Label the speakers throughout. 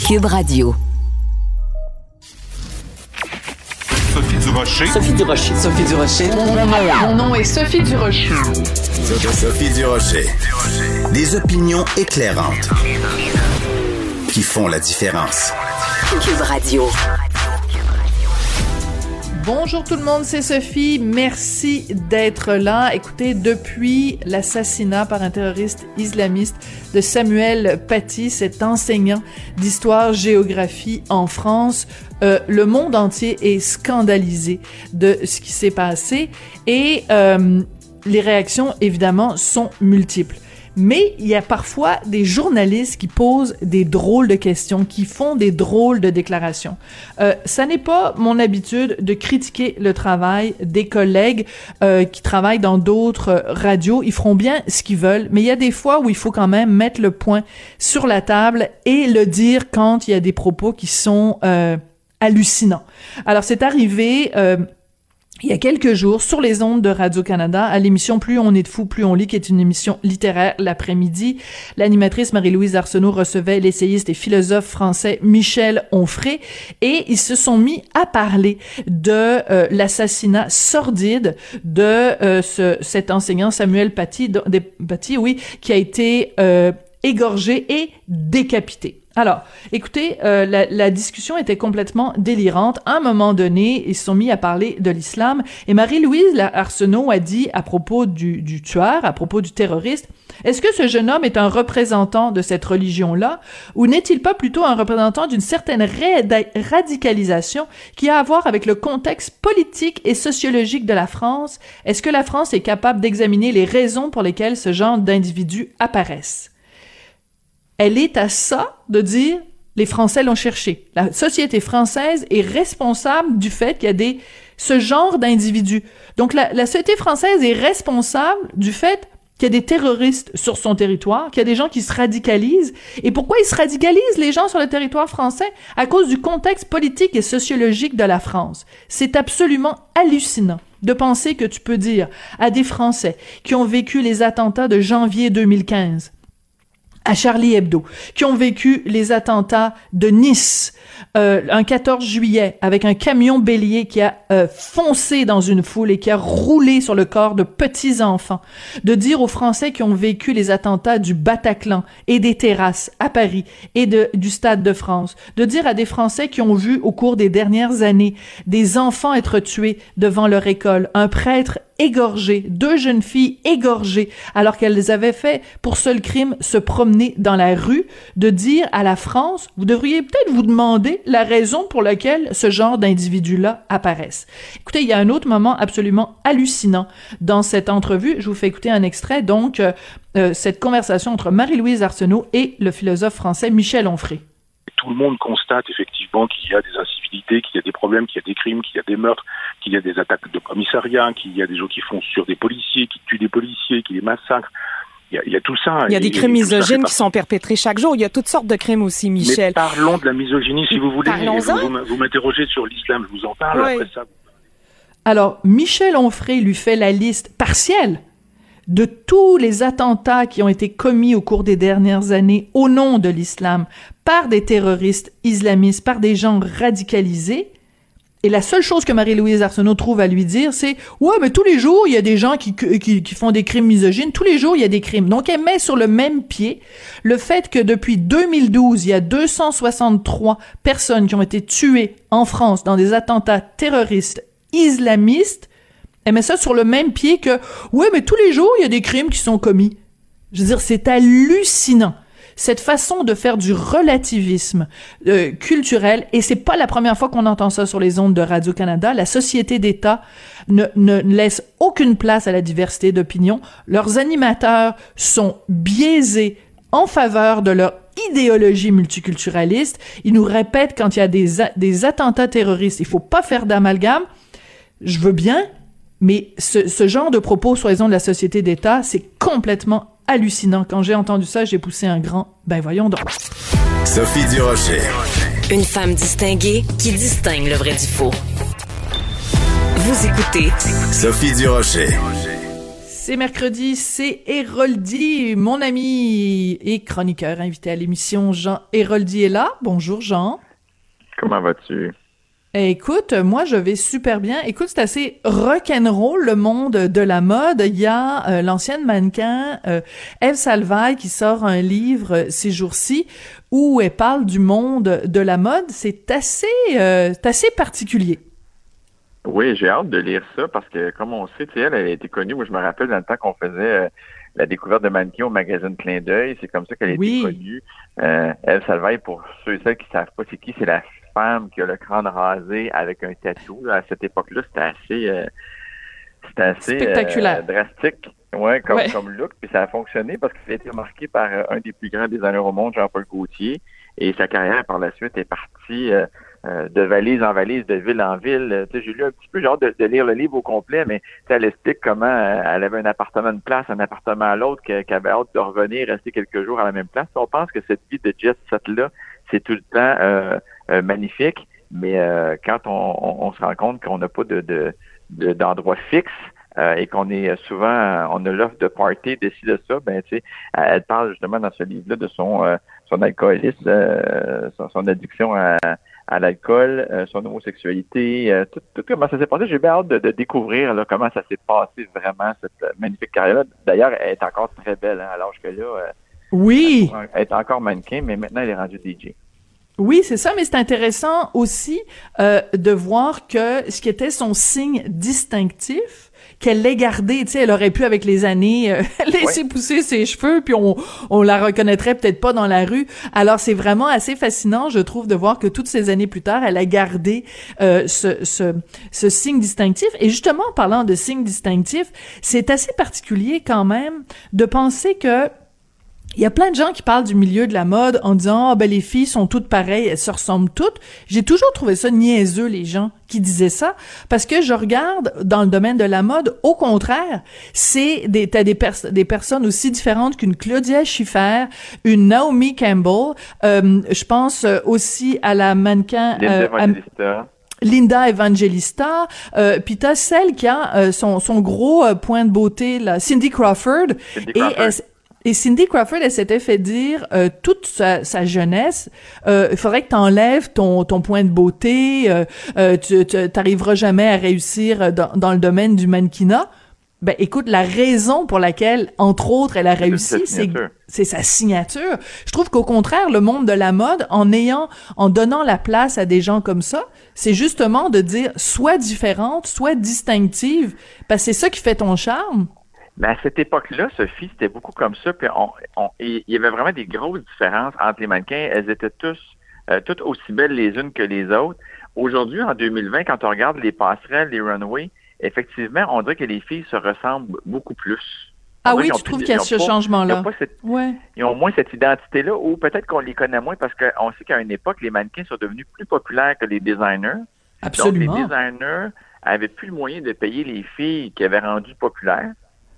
Speaker 1: Cube Radio.
Speaker 2: Sophie Durocher.
Speaker 3: Sophie Durocher. Sophie Durocher.
Speaker 4: Mon nom est Sophie Durocher.
Speaker 5: Sophie Durocher. Des opinions éclairantes qui font la différence.
Speaker 1: Cube Radio.
Speaker 4: Bonjour tout le monde, c'est Sophie. Merci d'être là. Écoutez, depuis l'assassinat par un terroriste islamiste de Samuel Paty, cet enseignant d'histoire-géographie en France, le monde entier est scandalisé de ce qui s'est passé et les réactions, évidemment, sont multiples. Mais il y a parfois des journalistes qui posent des drôles de questions, qui font des drôles de déclarations. Ça n'est pas mon habitude de critiquer le travail des collègues qui travaillent dans d'autres radios. Ils feront bien ce qu'ils veulent, mais il y a des fois où il faut quand même mettre le point sur la table et le dire quand il y a des propos qui sont hallucinants. Alors, c'est arrivé... il y a quelques jours, sur les ondes de Radio-Canada, à l'émission Plus on est de fous, plus on lit, qui est une émission littéraire l'après-midi, l'animatrice Marie-Louise Arsenault recevait l'essayiste et philosophe français Michel Onfray, et ils se sont mis à parler de l'assassinat sordide de cet enseignant Samuel Paty, qui a été égorgé et décapité. Alors, écoutez, la discussion était complètement délirante. À un moment donné, ils se sont mis à parler de l'islam et Marie-Louise Arsenault a dit à propos du tueur, à propos du terroriste, est-ce que ce jeune homme est un représentant de cette religion-là ou n'est-il pas plutôt un représentant d'une certaine radicalisation qui a à voir avec le contexte politique et sociologique de la France? Est-ce que la France est capable d'examiner les raisons pour lesquelles ce genre d'individus apparaissent? Elle est à ça de dire les Français l'ont cherché. La société française est responsable du fait qu'il y a ce genre d'individus. Donc la société française est responsable du fait qu'il y a des terroristes sur son territoire, qu'il y a des gens qui se radicalisent. Et pourquoi ils se radicalisent, les gens sur le territoire français? À cause du contexte politique et sociologique de la France. C'est absolument hallucinant de penser que tu peux dire à des Français qui ont vécu les attentats de janvier 2015, à Charlie Hebdo, qui ont vécu les attentats de Nice, un 14 juillet, avec un camion bélier qui a foncé dans une foule et qui a roulé sur le corps de petits-enfants, de dire aux Français qui ont vécu les attentats du Bataclan et des terrasses à Paris et du Stade de France, de dire à des Français qui ont vu au cours des dernières années des enfants être tués devant leur école, un prêtre égorgé, 2 jeunes filles égorgées alors qu'elles avaient fait pour seul crime se promener dans la rue, de dire à la France, vous devriez peut-être vous demander la raison pour laquelle ce genre d'individus-là apparaissent. Écoutez, il y a un autre moment absolument hallucinant dans cette entrevue. Je vous fais écouter un extrait, donc, cette conversation entre Marie-Louise Arsenault et le philosophe français Michel Onfray.
Speaker 6: Tout le monde constate effectivement qu'il y a des incivilités, qu'il y a des problèmes, qu'il y a des crimes, qu'il y a des meurtres, qu'il y a des attaques de commissariat, qu'il y a des gens qui foncent sur des policiers, qui tuent des policiers, qui les massacrent. Il y a tout ça.
Speaker 7: Il y a des crimes misogynes qui sont perpétrés chaque jour. Il y a toutes sortes de crimes aussi, Michel.
Speaker 6: Mais parlons de la misogynie, si vous voulez.
Speaker 7: Parlons-en.
Speaker 6: Vous m'interrogez sur l'islam, je vous en parle.
Speaker 7: Oui.
Speaker 6: Après ça.
Speaker 4: Alors, Michel Onfray lui fait la liste partielle de tous les attentats qui ont été commis au cours des dernières années au nom de l'islam par des terroristes islamistes, par des gens radicalisés. Et la seule chose que Marie-Louise Arsenault trouve à lui dire, c'est « Ouais, mais tous les jours, il y a des gens qui font des crimes misogynes. Tous les jours, il y a des crimes. » Donc, elle met sur le même pied le fait que depuis 2012, il y a 263 personnes qui ont été tuées en France dans des attentats terroristes islamistes. Elle met ça sur le même pied que « Ouais, mais tous les jours, il y a des crimes qui sont commis. » Je veux dire, c'est hallucinant. Cette façon de faire du relativisme culturel, et c'est pas la première fois qu'on entend ça sur les ondes de Radio-Canada, la société d'État ne laisse aucune place à la diversité d'opinion. Leurs animateurs sont biaisés en faveur de leur idéologie multiculturaliste. Ils nous répètent quand il y a des attentats terroristes, il faut pas faire d'amalgame. Je veux bien, mais ce genre de propos sur les ondes de la société d'État, c'est complètement hallucinant. Quand j'ai entendu ça, j'ai poussé un grand « Ben voyons donc ».
Speaker 5: Sophie Durocher.
Speaker 1: Une femme distinguée qui distingue le vrai du faux. Vous écoutez
Speaker 5: Sophie Durocher.
Speaker 4: C'est mercredi, c'est Héroldi, mon ami et chroniqueur invité à l'émission, Jean Héroldi est là. Bonjour Jean.
Speaker 3: Comment vas-tu?
Speaker 4: Écoute, moi je vais super bien. Écoute, c'est assez rock'n'roll le monde de la mode. Il y a l'ancienne mannequin Ève Salvaille qui sort un livre ces jours-ci où elle parle du monde de la mode. C'est assez particulier.
Speaker 3: Oui, j'ai hâte de lire ça parce que, comme on sait, elle a été connue. Moi, je me rappelle dans le temps qu'on faisait la découverte de mannequins au magazine Clin d'œil. C'est comme ça qu'elle a été connue. Ève Salvaille, pour ceux et celles qui savent pas c'est qui, c'est la femme qui a le crâne rasé avec un tatou. Là, à cette époque-là, c'était assez
Speaker 4: spectaculaire,
Speaker 3: drastique. Comme look. Puis ça a fonctionné parce qu'il a été marqué par un des plus grands designers au monde, Jean-Paul Gaultier. Et sa carrière, par la suite, est partie de valise en valise, de ville en ville. J'ai lu un petit peu, j'ai hâte de lire le livre au complet, mais elle explique comment elle avait un appartement de place, un appartement à l'autre, qu'elle avait hâte de revenir, rester quelques jours à la même place. On pense que cette vie de jet set-là, c'est tout le temps magnifique, mais quand on se rend compte qu'on n'a pas d'endroit fixe, et qu'on est souvent, on a l'offre de party, de ci, de ça, elle parle justement dans ce livre-là de son alcoolisme, son addiction à l'alcool, son homosexualité, tout comment ça s'est passé. J'ai bien hâte de découvrir là, comment ça s'est passé vraiment, cette magnifique carrière-là. D'ailleurs, elle est encore très belle à l'âge qu'elle a.
Speaker 4: Oui!
Speaker 3: Elle est encore mannequin, mais maintenant, elle est rendue DJ.
Speaker 4: Oui, c'est ça, mais c'est intéressant aussi de voir que ce qui était son signe distinctif, qu'elle l'ait gardé, tu sais, elle aurait pu avec les années laisser pousser ses cheveux, puis on la reconnaîtrait peut-être pas dans la rue. Alors c'est vraiment assez fascinant, je trouve, de voir que toutes ces années plus tard, elle a gardé ce signe distinctif. Et justement, en parlant de signe distinctif, c'est assez particulier quand même de penser que il y a plein de gens qui parlent du milieu de la mode en disant « les filles sont toutes pareilles, elles se ressemblent toutes ». J'ai toujours trouvé ça niaiseux, les gens qui disaient ça, parce que je regarde dans le domaine de la mode, au contraire, t'as des personnes aussi différentes qu'une Claudia Schiffer, une Naomi Campbell, je pense aussi à la mannequin Linda Evangelista, puis t'as celle qui a son gros point de beauté, là, Cindy Crawford. Et Cindy Crawford, elle s'était fait dire toute sa jeunesse, il faudrait que t'enlèves ton point de beauté, tu t'arriveras jamais à réussir dans le domaine du mannequinat. Ben écoute, la raison pour laquelle, entre autres, elle a réussi, c'est sa signature. Je trouve qu'au contraire, le monde de la mode, en donnant la place à des gens comme ça, c'est justement de dire soit différente, soit distinctive, parce que c'est ça qui fait ton charme.
Speaker 3: Mais à cette époque-là, Sophie, c'était beaucoup comme ça. Puis il y avait vraiment des grosses différences entre les mannequins. Elles étaient toutes aussi belles les unes que les autres. Aujourd'hui, en 2020, quand on regarde les passerelles, les runways, effectivement, on dirait que les filles se ressemblent beaucoup plus.
Speaker 4: Oui, tu trouves qu'il y a ce changement-là?
Speaker 3: Ils ont moins cette identité-là, ou peut-être qu'on les connaît moins parce qu'on sait qu'à une époque, les mannequins sont devenus plus populaires que les designers.
Speaker 4: Absolument.
Speaker 3: Donc, les designers avaient plus le moyen de payer les filles qui avaient rendu populaires.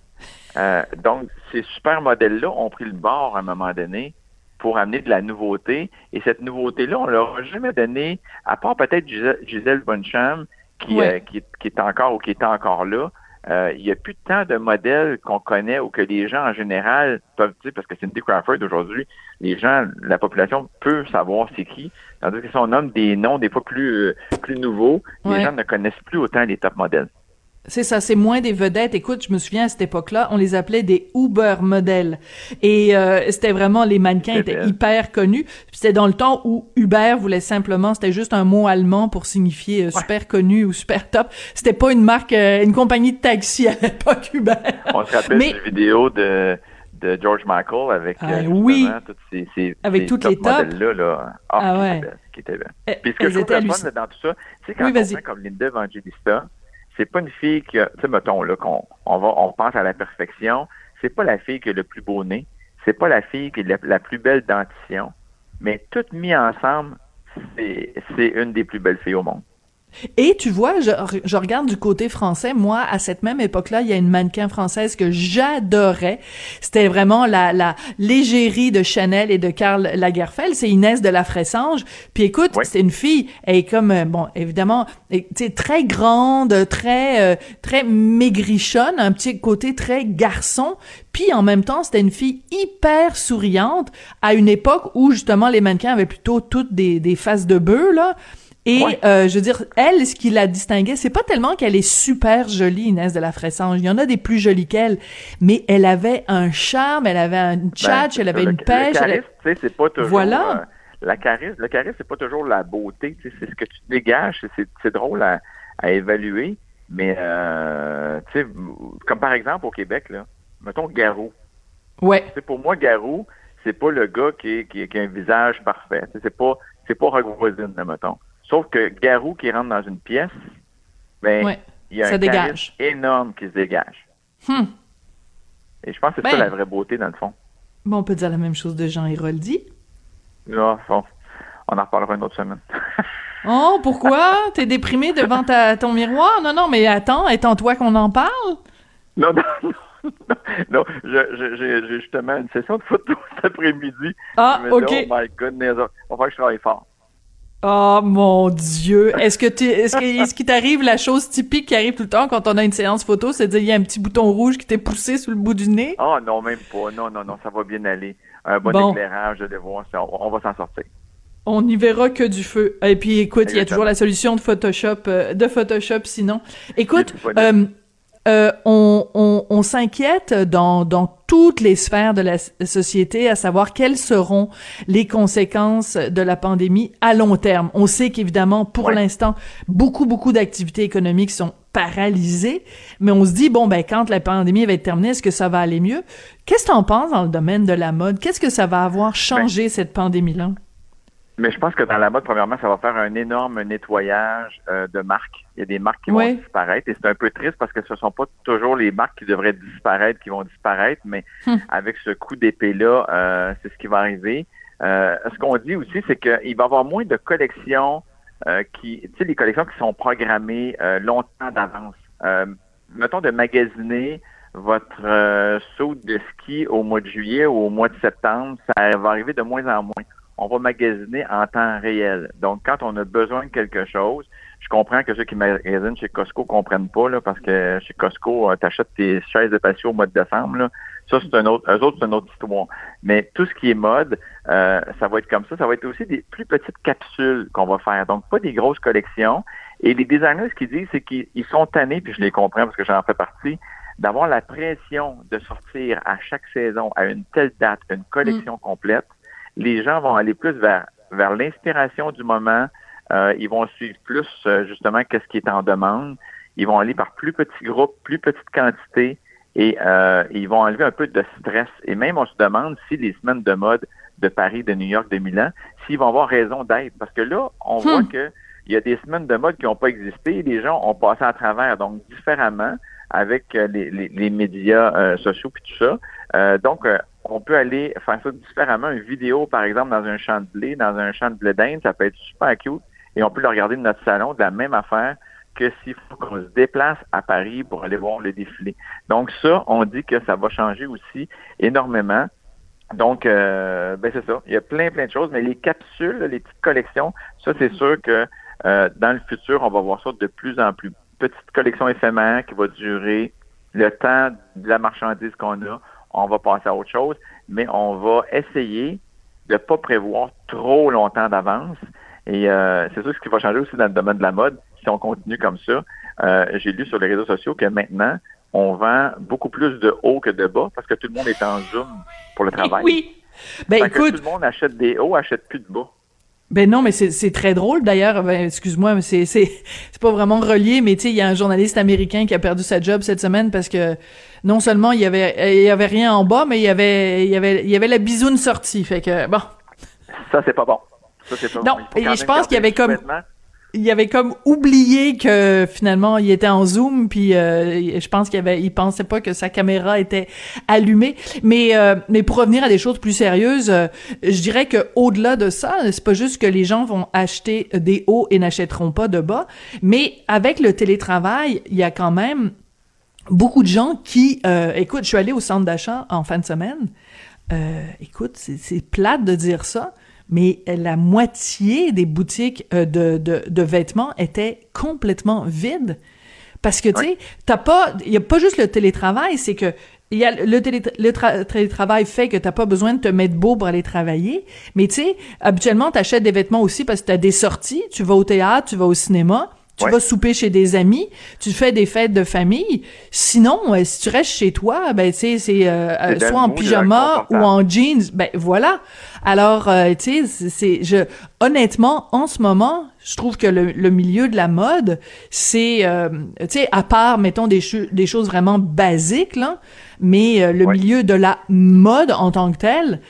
Speaker 3: Donc, ces super modèles-là ont pris le bord à un moment donné pour amener de la nouveauté. Et cette nouveauté-là, on ne leur a jamais donné, à part peut-être Gisèle Bündchen, qui est encore ou qui était encore là. Il n'y a plus tant de modèles qu'on connaît ou que les gens en général peuvent dire, parce que Cindy Crawford aujourd'hui, la population peut savoir c'est qui. Tandis que si on nomme des noms des fois plus nouveaux, les gens ne connaissent plus autant les top modèles.
Speaker 4: C'est ça, c'est moins des vedettes. Écoute, je me souviens à cette époque-là, on les appelait des Uber modèles. Et c'était vraiment, les mannequins étaient hyper connus. Puis c'était dans le temps où Uber voulait simplement, c'était juste un mot allemand pour signifier super connu ou super top. C'était pas une marque, une compagnie de taxi à l'époque, Uber.
Speaker 3: On se rappelle d'une vidéo de George Michael avec
Speaker 4: avec toutes les tops.
Speaker 3: Qui était belle. Puis ce que je trouve le fun dans tout ça, c'est quand on fait comme Linda Evangelista, c'est pas une fille qui a, tu sais, mettons, là, on pense à la perfection. C'est pas la fille qui a le plus beau nez. C'est pas la fille qui a la plus belle dentition. Mais toutes mises ensemble, c'est une des plus belles filles au monde.
Speaker 4: Et tu vois, je regarde du côté français. Moi, à cette même époque-là, il y a une mannequin française que j'adorais. C'était vraiment la l'égérie de Chanel et de Karl Lagerfeld. C'est Inès de la Fressange. Puis écoute, c'est une fille, elle est comme, bon, évidemment, tu sais, très grande, très maigrichonne, un petit côté très garçon. Puis en même temps, c'était une fille hyper souriante à une époque où justement les mannequins avaient plutôt toutes des faces de bœuf, là. Et je veux dire, elle, ce qui la distinguait, c'est pas tellement qu'elle est super jolie, Inès de la Fressange. Il y en a des plus jolies qu'elle, mais elle avait un charme, elle avait un tchatch, elle avait une pêche. Le
Speaker 3: charisme, tu sais, c'est pas toujours... Voilà. Le charisme, c'est pas toujours la beauté. Tu sais, c'est ce que tu dégages. C'est drôle à évaluer. Mais, tu sais, comme par exemple au Québec, là, mettons Garou.
Speaker 4: Ouais.
Speaker 3: Tu sais, pour moi, Garou, c'est pas le gars qui a un visage parfait. Tu sais, c'est pas Rock Voisine, là, mettons. Sauf que Garou qui rentre dans une pièce, ben, il y a un charisme énorme qui se dégage. Et je pense que c'est ça la vraie beauté, dans le fond.
Speaker 4: Bon, on peut dire la même chose de Jean Héroldi.
Speaker 3: Là, bon, on en reparlera une autre semaine.
Speaker 4: Oh, pourquoi? T'es déprimé devant ton miroir? Non, mais attends, attends-toi qu'on en parle?
Speaker 3: Non, non, j'ai justement une session de photo cet après-midi.
Speaker 4: Ah, OK.
Speaker 3: Oh my goodness, on va faire que je travaille fort.
Speaker 4: Oh mon Dieu! Est-ce qu'il t'arrive la chose typique qui arrive tout le temps quand on a une séance photo, c'est-à-dire il y a un petit bouton rouge qui t'est poussé sous le bout du nez?
Speaker 3: Oh non, même pas. Non, ça va bien aller. Un bon éclairage, de voir, on va s'en sortir. On
Speaker 4: n'y verra que du feu. Et puis écoute, il y a toujours la solution de Photoshop sinon. Écoute, on s'inquiète dans toutes les sphères de la société à savoir quelles seront les conséquences de la pandémie à long terme. On sait qu'évidemment, pour l'instant, beaucoup d'activités économiques sont paralysées, mais on se dit, bon, ben, quand la pandémie va être terminée, est-ce que ça va aller mieux? Qu'est-ce que t'en penses dans le domaine de la mode? Qu'est-ce que ça va avoir changé, cette pandémie-là?
Speaker 3: Mais je pense que dans la mode, premièrement, ça va faire un énorme nettoyage de marques. Il y a des marques qui vont disparaître et c'est un peu triste parce que ce sont pas toujours les marques qui devraient disparaître qui vont disparaître, mais avec ce coup d'épée-là, c'est ce qui va arriver. Ce qu'on dit aussi, c'est qu'il va y avoir moins de collections tu sais, les collections qui sont programmées longtemps d'avance. Mettons de magasiner votre saut de ski au mois de juillet ou au mois de septembre, ça va arriver de moins en moins. On va magasiner en temps réel. Donc, quand on a besoin de quelque chose, je comprends que ceux qui magasinent chez Costco comprennent pas, là, parce que chez Costco, t'achètes tes chaises de patio au mois de décembre, là. Ça, c'est eux autres, c'est une autre histoire. Mais tout ce qui est mode, ça va être comme ça. Ça va être aussi des plus petites capsules qu'on va faire. Donc, pas des grosses collections. Et les designers, ce qu'ils disent, c'est qu'ils sont tannés, puis je les comprends parce que j'en fais partie, d'avoir la pression de sortir à chaque saison, à une telle date, une collection complète. Les gens vont aller plus vers l'inspiration du moment. Ils vont suivre plus, justement, qu'est-ce qui est en demande. Ils vont aller par plus petits groupes, plus petites quantités et ils vont enlever un peu de stress. Et même, on se demande si les semaines de mode de Paris, de New York, de Milan, s'ils vont avoir raison d'être. Parce que là, on voit que il y a des semaines de mode qui n'ont pas existé et les gens ont passé à travers, donc différemment, avec les médias sociaux puis tout ça. Donc, on peut aller faire ça différemment. Une vidéo, par exemple, dans un champ de blé, dans un champ de blé d'Inde, ça peut être super cute. Et on peut le regarder de notre salon, de la même affaire que s'il faut qu'on se déplace à Paris pour aller voir le défilé. Donc ça, on dit que ça va changer aussi énormément. Donc, c'est ça. Il y a plein de choses. Mais les capsules, les petites collections, ça, c'est sûr que dans le futur, on va voir ça de plus en plus. Petite collection éphémère qui va durer le temps de la marchandise qu'on a. On va passer à autre chose, mais on va essayer de ne pas prévoir trop longtemps d'avance. Et c'est sûr ce qui va changer aussi dans le domaine de la mode, si on continue comme ça. J'ai lu sur les réseaux sociaux que maintenant, on vend beaucoup plus de hauts que de bas parce que tout le monde est en Zoom pour le travail.
Speaker 4: Oui. Ben écoute,
Speaker 3: tout le monde achète des hauts, achète plus de bas.
Speaker 4: Ben non, mais c'est très drôle d'ailleurs. Ben, excuse-moi, mais c'est pas vraiment relié, mais tu sais, il y a un journaliste américain qui a perdu sa job cette semaine parce que non seulement il y avait rien en bas, mais il y avait la bisoune sortie. Fait que bon.
Speaker 3: Ça c'est pas bon. Ça c'est pas
Speaker 4: non,
Speaker 3: bon.
Speaker 4: Et je pense qu'il y avait comme il avait comme oublié que finalement il était en Zoom, puis je pense il pensait pas que sa caméra était allumée. Mais pour revenir à des choses plus sérieuses, je dirais que au-delà de ça, c'est pas juste que les gens vont acheter des hauts et n'achèteront pas de bas, mais avec le télétravail, il y a quand même beaucoup de gens qui, écoute, je suis allée au centre d'achat en fin de semaine. Écoute, c'est plate de dire ça, mais la moitié des boutiques de vêtements étaient complètement vides. Parce que, tu sais, il y a pas juste le télétravail, c'est que il y a le télétravail fait que t'as pas besoin de te mettre beau pour aller travailler, mais tu sais, habituellement, t'achètes des vêtements aussi parce que t'as des sorties, tu vas au théâtre, tu vas au cinéma, tu vas souper chez des amis, tu fais des fêtes de famille. Sinon, si tu restes chez toi, ben tu sais, c'est soit en pyjama ou en jeans. Ben voilà. Alors, tu sais, honnêtement, en ce moment, je trouve que le milieu de la mode, c'est, tu sais, à part, mettons, des choses vraiment basiques, là, mais le milieu de la mode en tant que tel,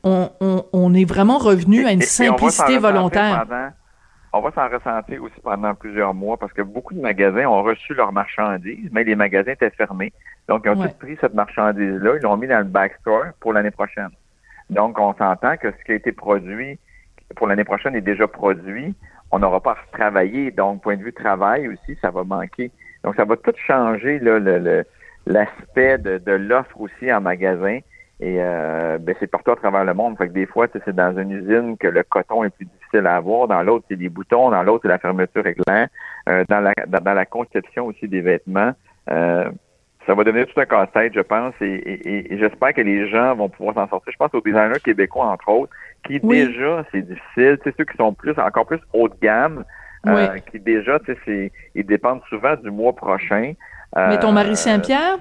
Speaker 4: on est vraiment revenu à une simplicité volontaire.
Speaker 3: On va s'en ressentir aussi pendant plusieurs mois parce que beaucoup de magasins ont reçu leurs marchandises, mais les magasins étaient fermés. Donc, ils ont tous pris cette marchandise-là, ils l'ont mis dans le backstore pour l'année prochaine. Donc, on s'entend que ce qui a été produit pour l'année prochaine est déjà produit. On n'aura pas à retravailler. Donc, point de vue travail aussi, ça va manquer. Donc, ça va tout changer, là, l'aspect de l'offre aussi en magasin. Et c'est partout à travers le monde. Fait que des fois, c'est dans une usine que le coton est plus difficile à avoir. Dans l'autre, c'est des boutons. Dans l'autre, c'est la fermeture éclair. Dans la conception aussi des vêtements, ça va devenir tout un casse-tête, je pense. Et j'espère que les gens vont pouvoir s'en sortir. Je pense aux designers québécois, entre autres, qui déjà, c'est difficile. C'est ceux qui sont encore plus haut de gamme, qui déjà, ils dépendent souvent du mois prochain.
Speaker 4: Mais ton Marie Saint-Pierre?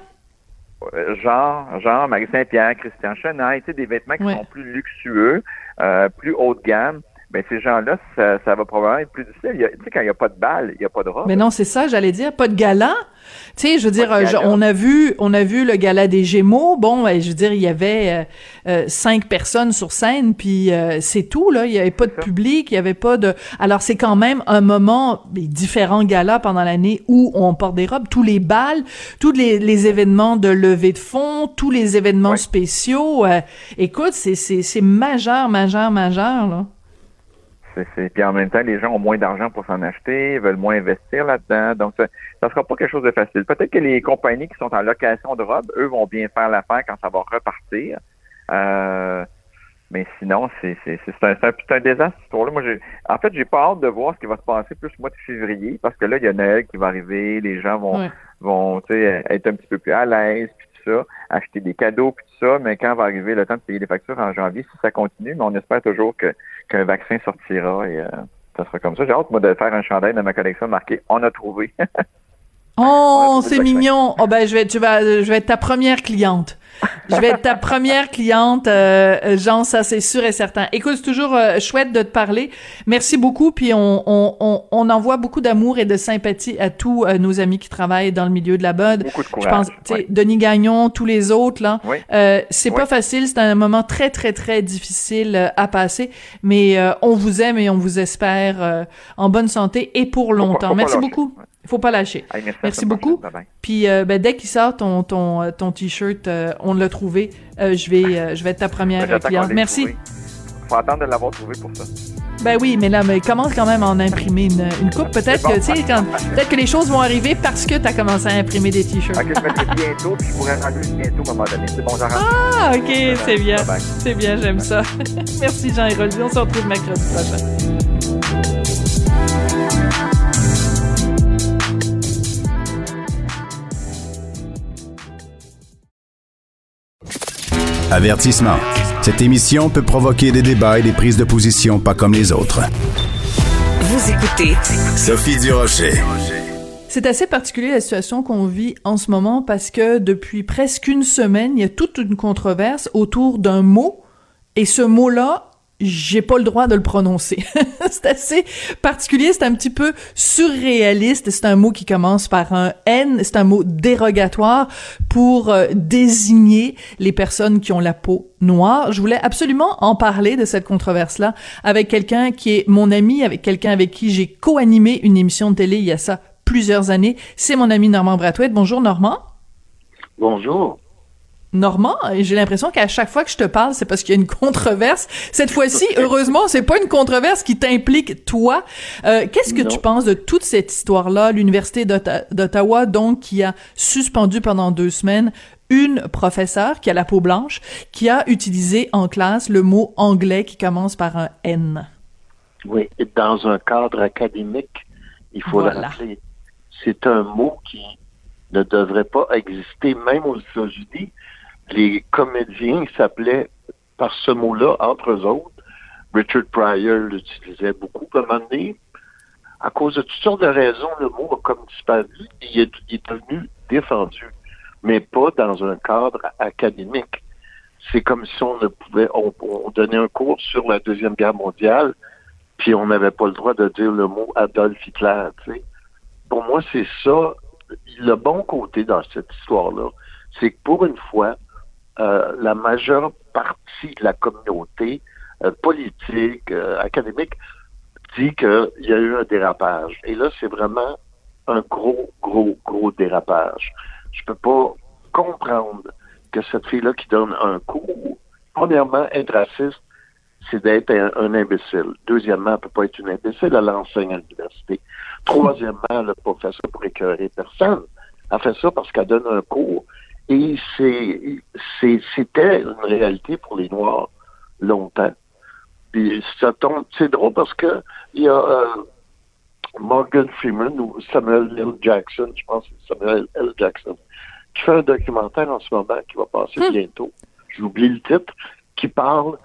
Speaker 3: Genre Marie Saint-Pierre, Christian Chenaille, tu sais, des vêtements qui sont plus luxueux, plus haut de gamme. Ben ces gens-là, ça va probablement être plus difficile. Tu sais, quand il n'y a pas de bal, il n'y a pas de robe.
Speaker 4: Mais non, c'est ça, j'allais dire, pas de gala. Tu sais, je veux dire, on a vu le gala des Gémeaux. Bon, je veux dire, il y avait 5 personnes sur scène, puis c'est tout, là. Il n'y avait pas de public, il n'y avait pas de... Alors, c'est quand même un moment, différents galas pendant l'année où on porte des robes, tous les bals, tous les événements de levée de fonds, tous les événements spéciaux. Écoute, c'est majeur, là.
Speaker 3: Puis en même temps, les gens ont moins d'argent pour s'en acheter, veulent moins investir là-dedans. Donc, ça sera pas quelque chose de facile. Peut-être que les compagnies qui sont en location de robes, eux, vont bien faire l'affaire quand ça va repartir. Mais sinon, c'est un désastre, cette histoire-là. Moi, j'ai pas hâte de voir ce qui va se passer plus au mois de février, parce que là, il y a Noël qui va arriver, les gens vont tu sais, être un petit peu plus à l'aise, puis tout ça, acheter des cadeaux, puis tout ça, mais quand va arriver le temps de payer les factures en janvier, si ça continue, mais on espère toujours qu'un vaccin sortira et ça sera comme ça. J'ai hâte, moi, de faire un chandail dans ma collection marqué « On a trouvé ».
Speaker 4: Oh, c'est mignon. Oh ben je vais être ta première cliente. Je vais être ta première cliente, Jean, ça c'est sûr et certain. Écoute, c'est toujours chouette de te parler. Merci beaucoup, puis on envoie beaucoup d'amour et de sympathie à tous nos amis qui travaillent dans le milieu de la mode.
Speaker 3: Beaucoup de courage.
Speaker 4: Je pense, tu sais, Denis Gagnon, tous les autres là. C'est pas facile, c'est un moment très très très difficile à passer, mais on vous aime et on vous espère en bonne santé et pour longtemps. Merci beaucoup. Faut pas lâcher. Merci beaucoup. Puis dès qu'il sort ton t-shirt, on l'a trouvé. Je vais être ta première cliente. Merci.
Speaker 3: Faut attendre de l'avoir trouvé pour ça.
Speaker 4: Ben oui, mais commence quand même à en imprimer une coupe. Peut-être que tu sais, peut-être que les choses vont arriver parce que tu as commencé à imprimer des t-shirts.
Speaker 3: Ok, je mettrai bientôt, puis je pourrais rendre bientôt à un moment donné. C'est bon, j'arrête.
Speaker 4: Ah, ok, c'est bien. C'est bien, j'aime ça. Merci Jean Héroldi. On se retrouve mercredi prochain.
Speaker 5: Avertissement. Cette émission peut provoquer des débats et des prises de position pas comme les autres.
Speaker 1: Vous écoutez
Speaker 5: Sophie Durocher.
Speaker 4: C'est assez particulier la situation qu'on vit en ce moment parce que depuis presque une semaine, il y a toute une controverse autour d'un mot et ce mot-là j'ai pas le droit de le prononcer. C'est assez particulier, c'est un petit peu surréaliste. C'est un mot qui commence par un N, c'est un mot dérogatoire pour désigner les personnes qui ont la peau noire. Je voulais absolument en parler de cette controverse-là avec quelqu'un qui est mon ami, avec quelqu'un avec qui j'ai co-animé une émission de télé il y a ça plusieurs années. C'est mon ami Normand Brathwaite. Bonjour Normand.
Speaker 8: Bonjour.
Speaker 4: Normand, j'ai l'impression qu'à chaque fois que je te parle, c'est parce qu'il y a une controverse. Cette fois-ci, heureusement, c'est pas une controverse qui t'implique toi. Qu'est-ce que tu penses de toute cette histoire-là? L'Université d'Ottawa, donc, qui a suspendu pendant 2 semaines une professeure qui a la peau blanche, qui a utilisé en classe le mot anglais qui commence par un N.
Speaker 8: Oui, et dans un cadre académique, il faut le rappeler. C'est un mot qui ne devrait pas exister, même aux États-Unis. Les comédiens s'appelaient par ce mot-là, entre eux autres. Richard Pryor l'utilisait beaucoup à un moment donné. À cause de toutes sortes de raisons, le mot a comme disparu. Il est devenu défendu, mais pas dans un cadre académique. C'est comme si on donnait un cours sur la Deuxième Guerre mondiale, puis on n'avait pas le droit de dire le mot Adolf Hitler. Tu sais. Pour moi, c'est ça. Le bon côté dans cette histoire-là, c'est que pour une fois, la majeure partie de la communauté politique, académique, dit qu'il y a eu un dérapage. Et là, c'est vraiment un gros dérapage. Je peux pas comprendre que cette fille-là qui donne un cours, premièrement, être raciste, c'est d'être un imbécile. Deuxièmement, elle peut pas être une imbécile, elle enseigne à l'université. Troisièmement, elle n'a pas fait ça pour écœurer personne. Elle fait ça parce qu'elle donne un cours. Et c'était une réalité pour les Noirs longtemps. Puis ça tombe, c'est drôle parce que il y a Morgan Freeman ou Samuel L. Jackson, je pense que c'est Samuel L. Jackson, qui fait un documentaire en ce moment qui va passer bientôt. J'oublie le titre, qui parle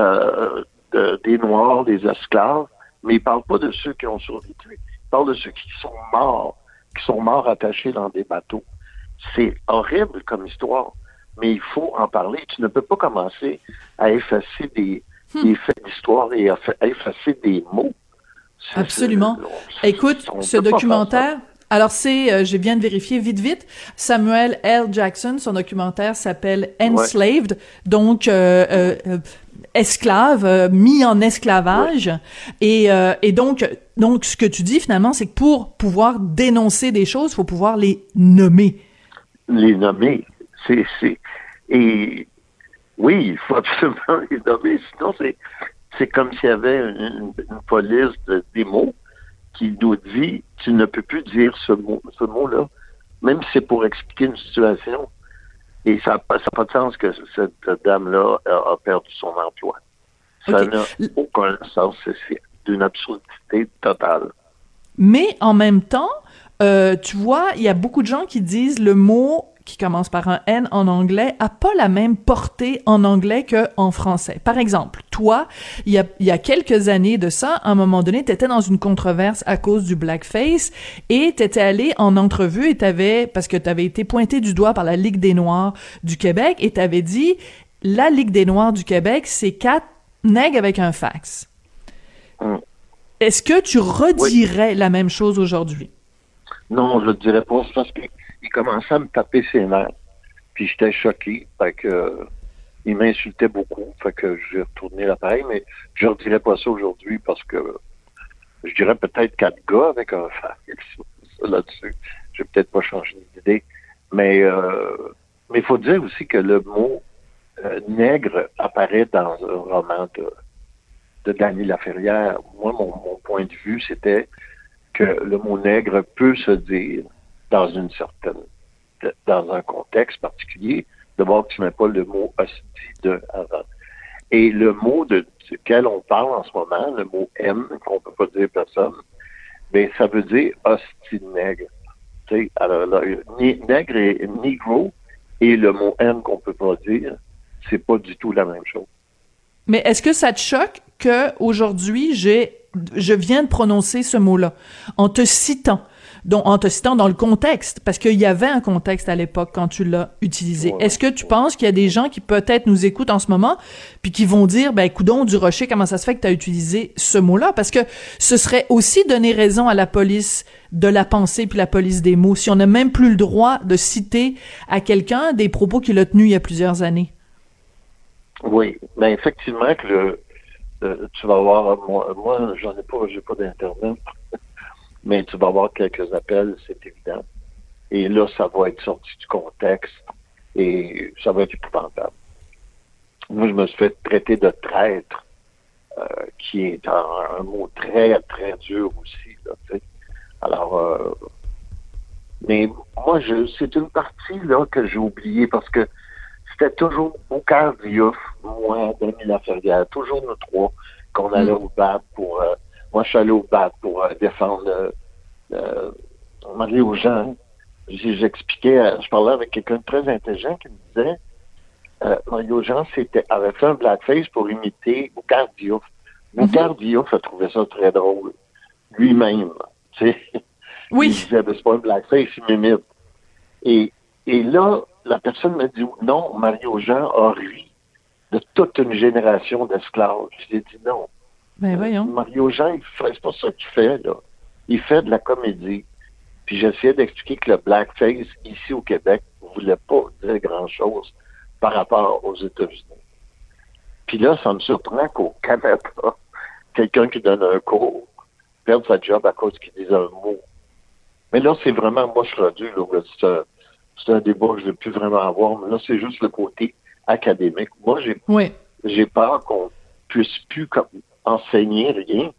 Speaker 8: des Noirs, des esclaves, mais il parle pas de ceux qui ont survécu. Il parle de ceux qui sont morts attachés dans des bateaux. C'est horrible comme histoire, mais il faut en parler. Tu ne peux pas commencer à effacer des faits d'histoire et à effacer des mots.
Speaker 4: Absolument. Écoute, ce documentaire... Alors je viens de vérifier vite, Samuel L. Jackson, son documentaire s'appelle Enslaved, donc esclave, mis en esclavage, et donc ce que tu dis finalement, c'est que pour pouvoir dénoncer des choses, il faut pouvoir les nommer.
Speaker 8: Les nommer, et oui, il faut absolument les nommer, sinon c'est comme s'il y avait une police des mots qui nous dit tu ne peux plus dire ce mot-là, même si c'est pour expliquer une situation. Et ça n'a pas de sens que cette dame-là a perdu son emploi. Ça n'a aucun sens. C'est d'une absurdité totale.
Speaker 4: Mais en même temps, tu vois, il y a beaucoup de gens qui disent le mot qui commence par un N en anglais a pas la même portée en anglais qu'en français. Par exemple, toi, il y a quelques années de ça, à un moment donné, t'étais dans une controverse à cause du blackface et t'étais allé en entrevue et parce que t'avais été pointé du doigt par la Ligue des Noirs du Québec et t'avais dit, la Ligue des Noirs du Québec, c'est 4 nègres avec un fax. Est-ce que tu redirais la même chose aujourd'hui?
Speaker 8: Non, je ne dirais pas. C'est parce qu'il commençait à me taper ses nerfs. Puis j'étais choqué. Fait que il m'insultait beaucoup. Fait que j'ai retourné l'appareil, mais je ne redirais pas ça aujourd'hui parce que je dirais peut-être 4 gars avec un fax là-dessus. Je vais peut-être pas changer d'idée. Mais il faut dire aussi que le mot nègre apparaît dans un roman de Dany Laferrière. Moi, mon point de vue, c'était que le mot nègre peut se dire dans un contexte particulier. D'abord, tu ne mets pas le mot hostie avant. Et le mot duquel on parle en ce moment, le mot M, qu'on ne peut pas dire personne, mais ça veut dire hostie nègre. Tu sais, alors là, nègre et negro et le mot M qu'on ne peut pas dire, c'est pas du tout la même chose.
Speaker 4: Mais est-ce que ça te choque qu'aujourd'hui, j'ai je viens de prononcer ce mot-là, en te citant dans le contexte, parce qu'il y avait un contexte à l'époque quand tu l'as utilisé. Est-ce que tu penses qu'il y a des gens qui peut-être nous écoutent en ce moment, puis qui vont dire, ben, coudonc, Durocher, comment ça se fait que tu as utilisé ce mot-là? Parce que ce serait aussi donner raison à la police de la pensée puis la police des mots, si on n'a même plus le droit de citer à quelqu'un des propos qu'il a tenus il y a plusieurs années.
Speaker 8: Oui, ben effectivement que tu vas avoir, moi j'ai pas d'internet, mais tu vas avoir quelques appels, c'est évident. Et là, ça va être sorti du contexte et ça va être épouvantable. Moi, je me suis fait traiter de traître, qui est un mot très, très dur aussi, là, tu sais. Alors, mais moi, c'est une partie, là, que j'ai oubliée parce que c'était toujours Boucard Diouf, moi, Denis Laferrière, toujours nous trois, qu'on allait au BAP pour... moi, je suis allé au BAP pour défendre Marie-Jean. J'expliquais, je parlais avec quelqu'un de très intelligent qui me disait Marie-Jean avait fait un blackface pour imiter Boucard Diouf. Boucard Diouf a trouvé ça très drôle. Lui-même, tu sais.
Speaker 4: Oui.
Speaker 8: Il disait, ben, c'est pas un blackface, il m'imite. Et là, la personne m'a dit, non, Marie-Jean a ri de toute une génération d'esclaves. J'ai dit non.
Speaker 4: Ben voyons.
Speaker 8: Marie-Jean, c'est pas ça qu'il fait, là. Il fait de la comédie. Puis j'essayais d'expliquer que le blackface, ici au Québec, ne voulait pas dire grand-chose par rapport aux États-Unis. Puis là, ça me surprend qu'au Canada, quelqu'un qui donne un cours perde sa job à cause qu'il dise un mot. Mais là, c'est vraiment, moi, je suis rendu, là, c'est un débat que je ne veux plus vraiment avoir, mais là, c'est juste le côté académique. Moi, j'ai peur qu'on puisse plus enseigner rien.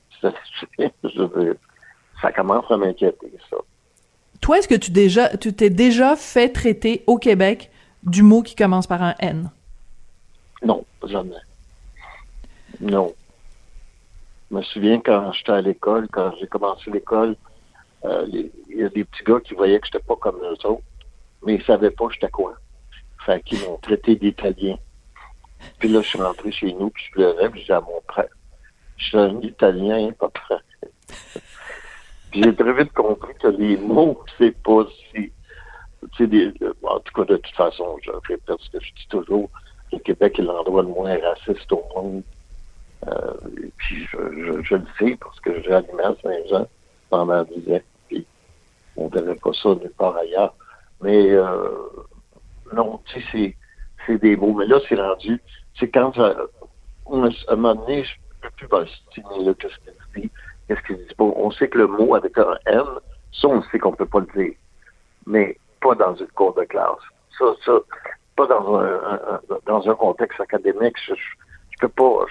Speaker 8: Ça commence à m'inquiéter, ça.
Speaker 4: Toi, est-ce que tu t'es déjà fait traiter au Québec du mot qui commence par un N?
Speaker 8: Non, jamais. Non. Je me souviens quand j'étais à l'école, quand j'ai commencé l'école, il y a des petits gars qui voyaient que j'étais pas comme eux autres, mais ils savaient pas j'étais quoi. Fait qu'ils m'ont traité d'italien. Puis là, je suis rentré chez nous, puis je pleurais, puis j'ai dit à mon frère, je suis un Italien, pas frère. Puis j'ai très vite compris que les mots, c'est pas si... en tout cas, de toute façon, je répète ce que je dis toujours, le Québec est l'endroit le moins raciste au monde. Et puis je le sais parce que j'ai animé à Saint-Jean pendant 10 ans, puis on ne verrait pas ça nulle part ailleurs. Mais non, tu sais, c'est des mots. Mais là, c'est rendu, c'est quand à un moment donné, je ne peux plus m'ostiner, là, qu'est-ce qu'il dit, qu'est-ce qu'il dit pas. On sait que le mot avec un N, ça, on sait qu'on ne peut pas le dire. Mais pas dans une cour de classe. Ça, pas dans un contexte académique. Je peux pas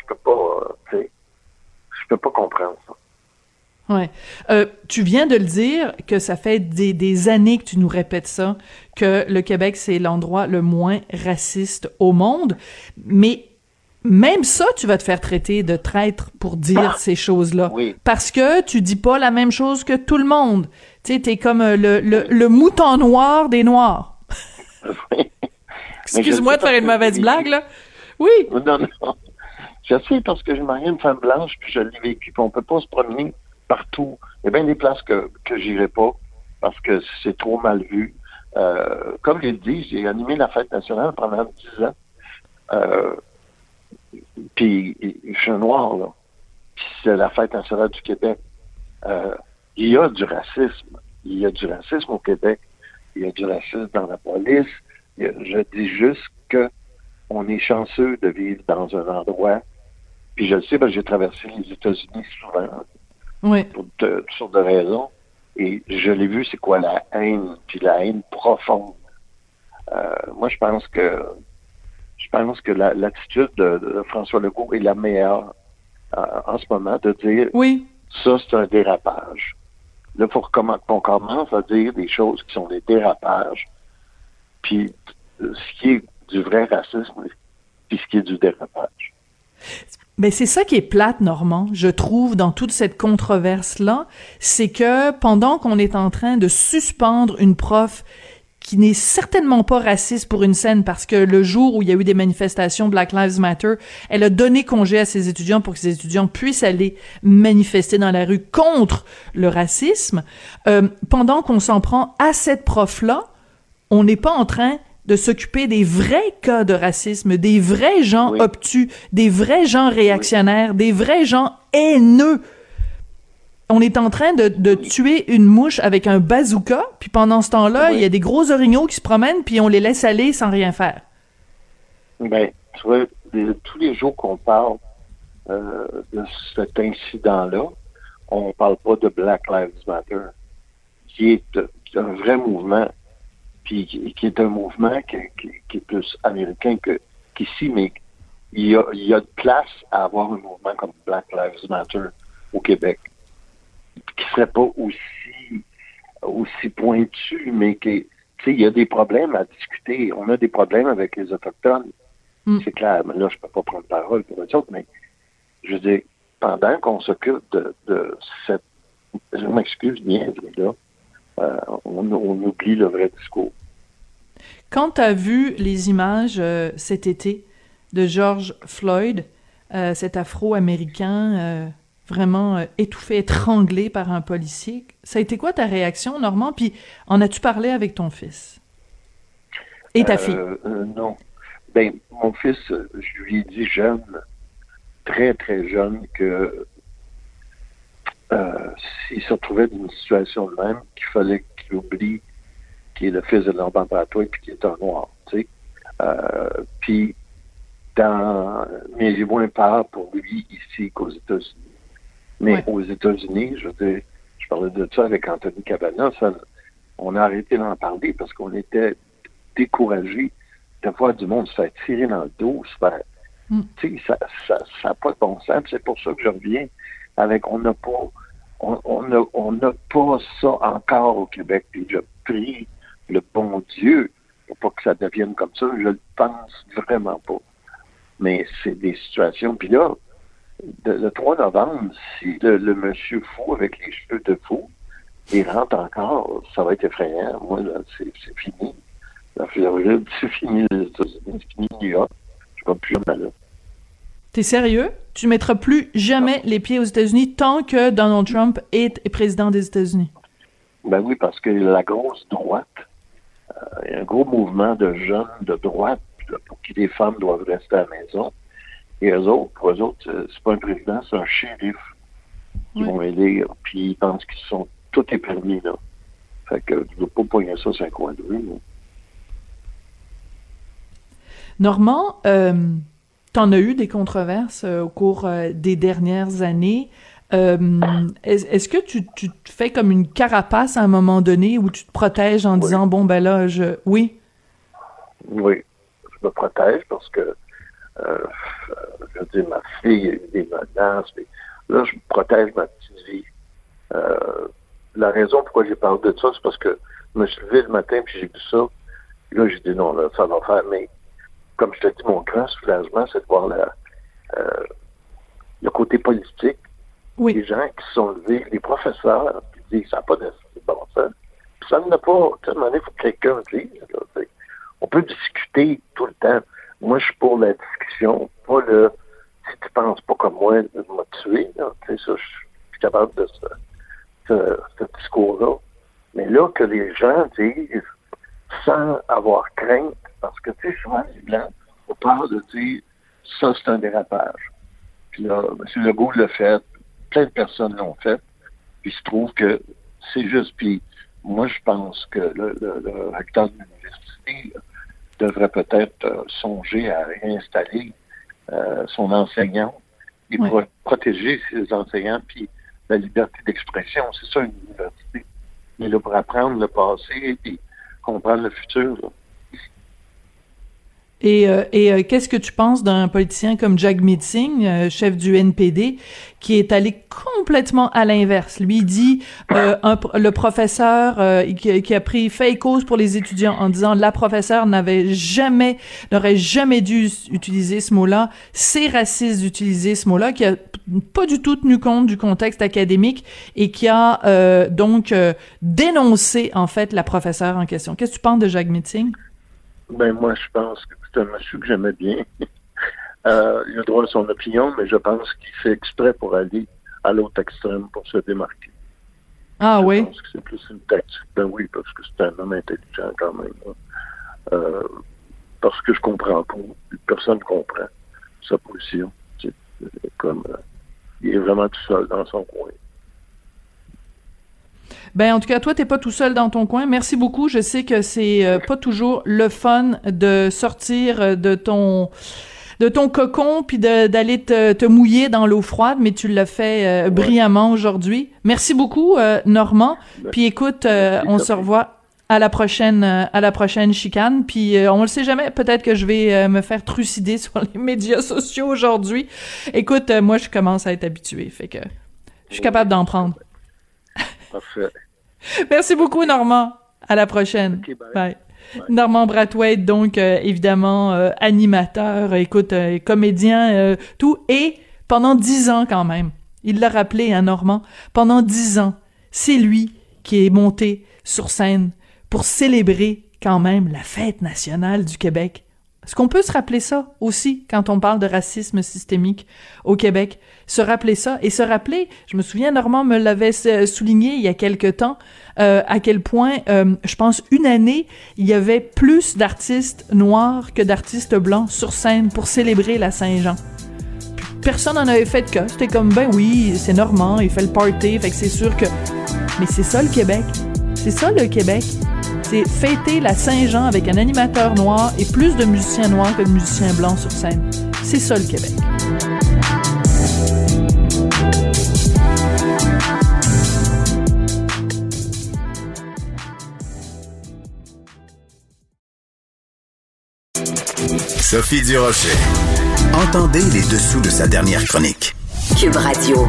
Speaker 8: comprendre ça.
Speaker 4: Ouais. Tu viens de le dire que ça fait des années que tu nous répètes ça, que le Québec, c'est l'endroit le moins raciste au monde. Mais même ça, tu vas te faire traiter de traître pour dire ces choses-là.
Speaker 8: Oui.
Speaker 4: Parce que tu dis pas la même chose que tout le monde. Tu sais, t'es comme le mouton noir des Noirs.
Speaker 8: Oui.
Speaker 4: Excuse-moi de faire une mauvaise blague, là. Oui.
Speaker 8: Non. Je sais parce que j'ai marié une femme blanche, puis je l'ai vécu, puis on peut pas se promener partout. Il y a bien des places que j'irai pas parce que c'est trop mal vu. Comme je l'ai dit, j'ai animé la fête nationale pendant 10 ans. Puis je suis un noir, là. Puis c'est la fête nationale du Québec. Il y a du racisme. Il y a du racisme au Québec. Il y a du racisme dans la police. Je dis juste que on est chanceux de vivre dans un endroit. Puis je le sais, j'ai traversé les États-Unis souvent.
Speaker 4: Oui.
Speaker 8: Pour toutes sortes de raisons. Et je l'ai vu, c'est quoi la haine, puis la haine profonde. Moi, je pense que l'attitude de François Legault est la meilleure en ce moment, de dire
Speaker 4: oui.
Speaker 8: Ça, c'est un dérapage. Là, il faut qu'on commence à dire des choses qui sont des dérapages, puis ce qui est du vrai racisme, puis ce qui est du dérapage.
Speaker 4: Mais c'est ça qui est plate, Normand, je trouve, dans toute cette controverse-là, c'est que pendant qu'on est en train de suspendre une prof qui n'est certainement pas raciste pour une scène, parce que le jour où il y a eu des manifestations Black Lives Matter, elle a donné congé à ses étudiants pour que ses étudiants puissent aller manifester dans la rue contre le racisme. Pendant qu'on s'en prend à cette prof-là, on n'est pas en train de s'occuper des vrais cas de racisme, des vrais gens obtus, des vrais gens réactionnaires, des vrais gens haineux. On est en train de tuer une mouche avec un bazooka, puis pendant ce temps-là, il y a des gros orignaux qui se promènent, puis on les laisse aller sans rien faire.
Speaker 8: Ben, tu vois, tous les jours qu'on parle de cet incident-là, on parle pas de Black Lives Matter, qui est un vrai mouvement, puis qui est un mouvement qui est plus américain qu'ici, mais il y a de place à avoir un mouvement comme Black Lives Matter au Québec, qui serait pas aussi pointu, mais qui, tu sais, il y a des problèmes à discuter. On a des problèmes avec les Autochtones. C'est clair, mais là, je peux pas prendre parole pour eux autres, mais je veux dire, pendant qu'on s'occupe de cette, je m'excuse bien, là, on oublie le vrai discours.
Speaker 4: Quand tu as vu les images cet été de George Floyd, cet Afro-Américain vraiment étouffé, étranglé par un policier, ça a été quoi ta réaction, Normand? Puis en as-tu parlé avec ton fils? Et ta fille?
Speaker 8: Non. Ben, mon fils, je lui ai dit jeune, très, très jeune, que s'il se retrouvait dans une situation de même, qu'il fallait qu'il oublie qu'il est le fils de Normand Bratois et qu'il est un noir, tu sais. Puis, mais j'ai moins peur pour lui ici qu'aux États-Unis. Mais aux États-Unis, je veux dire, je parlais de ça avec Anthony Cabana, on a arrêté d'en parler parce qu'on était découragés de voir du monde se faire tirer dans le dos, tu sais, ça n'a pas de bon sens. C'est pour ça que je reviens avec, on n'a pas ça encore au Québec. Puis je prie le bon Dieu pour pas que ça devienne comme ça. Je le pense vraiment pas. Mais c'est des situations. Puis là, le 3 novembre, si le monsieur fou avec les cheveux de fou, il rentre encore, ça va être effrayant. Moi, là, c'est fini. La Floride, c'est fini les États-Unis, c'est fini New York. Je ne vais plus jamais là.
Speaker 4: T'es sérieux? Tu mettras plus jamais les pieds aux États-Unis tant que Donald Trump est président des États-Unis?
Speaker 8: Ben oui, parce que la grosse droite, il y a un gros mouvement de jeunes de droite pour qui les femmes doivent rester à la maison. Et pour eux autres, c'est pas un président, c'est un shérif qui vont élire. Puis ils pensent tout est permis, là. Fait que tu ne veux pas pogner ça sur un coin de rue, là.
Speaker 4: Normand, t'en as eu des controverses au cours des dernières années. Est-ce que tu te fais comme une carapace à un moment donné où tu te protèges en disant, bon, ben là, Oui? Oui,
Speaker 8: je me protège parce que je veux dire, ma fille a eu des menaces, mais là, je protège ma petite vie. La raison pourquoi j'ai parlé de ça, c'est parce que je me suis levé le matin puis j'ai vu ça. Là, j'ai dit non, là, ça va faire. Mais comme je te dis, mon grand soulagement, c'est de voir le côté politique.
Speaker 4: Oui.
Speaker 8: Les gens qui sont levés, les professeurs, qui disent ça n'a pas de bon sens. Puis ça n'a pas. À un moment donné, il faut que quelqu'un le dise. Là, on peut discuter tout le temps. Moi, je suis pour la discussion, pas le si tu penses pas comme moi, de me tuer. Tu sais, ça, je suis capable de ce discours-là. Mais là, que les gens disent sans avoir crainte, parce que, tu sais, souvent, les Blancs ont peur de dire ça, c'est un dérapage. Puis là, M. Legault l'a fait, plein de personnes l'ont fait, puis il se trouve que c'est juste. Puis moi, je pense que le recteur de l'université devrait peut-être songer à réinstaller son enseignant et protéger ses enseignants, puis la liberté d'expression. C'est ça, une université. Mais là, pour apprendre le passé et comprendre le futur. Là.
Speaker 4: Et qu'est-ce que tu penses d'un politicien comme Jagmeet Singh, chef du NPD, qui est allé complètement à l'inverse? Lui, il dit, le professeur qui a pris fait et cause pour les étudiants en disant la professeure n'aurait jamais dû utiliser ce mot-là. C'est raciste d'utiliser ce mot-là, qui a pas du tout tenu compte du contexte académique et qui a donc dénoncé en fait la professeure en question. Qu'est-ce que tu penses de Jagmeet Singh?
Speaker 8: Ben moi, je pense que c'est un monsieur que j'aimais bien. Il a le droit à son opinion, mais je pense qu'il fait exprès pour aller à l'autre extrême pour se démarquer.
Speaker 4: Ah oui?
Speaker 8: Je pense que c'est plus une tactique. Ben oui, parce que c'est un homme intelligent quand même. Parce que je comprends pas. Personne ne comprend sa position. C'est comme il est vraiment tout seul dans son coin.
Speaker 4: Ben en tout cas, toi, t'es pas tout seul dans ton coin. Merci beaucoup. Je sais que c'est pas toujours le fun de sortir de ton cocon puis d'aller te mouiller dans l'eau froide, mais tu l'as fait brillamment aujourd'hui. Merci beaucoup, Normand. Puis écoute, on se revoit à la prochaine chicane. Puis on le sait jamais, peut-être que je vais me faire trucider sur les médias sociaux aujourd'hui. Écoute, moi, je commence à être habituée, fait que je suis capable d'en prendre.
Speaker 8: Parfait.
Speaker 4: Merci beaucoup, Normand. À la prochaine.
Speaker 8: Okay, bye.
Speaker 4: Bye. Normand Brathwaite, donc évidemment animateur, comédien, tout, et pendant 10 ans quand même, il l'a rappelé à Normand, pendant 10 ans, c'est lui qui est monté sur scène pour célébrer quand même la fête nationale du Québec. Est-ce qu'on peut se rappeler ça aussi quand on parle de racisme systémique au Québec? Se rappeler ça et se rappeler, je me souviens, Normand me l'avait souligné il y a quelque temps, à quel point, je pense, une année, il y avait plus d'artistes noirs que d'artistes blancs sur scène pour célébrer la Saint-Jean. Personne n'en avait fait de cas. C'était comme, ben oui, c'est Normand, il fait le party, fait que c'est sûr que... Mais c'est ça le Québec. C'est ça le Québec. C'est fêter la Saint-Jean avec un animateur noir et plus de musiciens noirs que de musiciens blancs sur scène. C'est ça le Québec.
Speaker 5: Sophie Durocher. Entendez les dessous de sa dernière chronique.
Speaker 1: Cube Radio.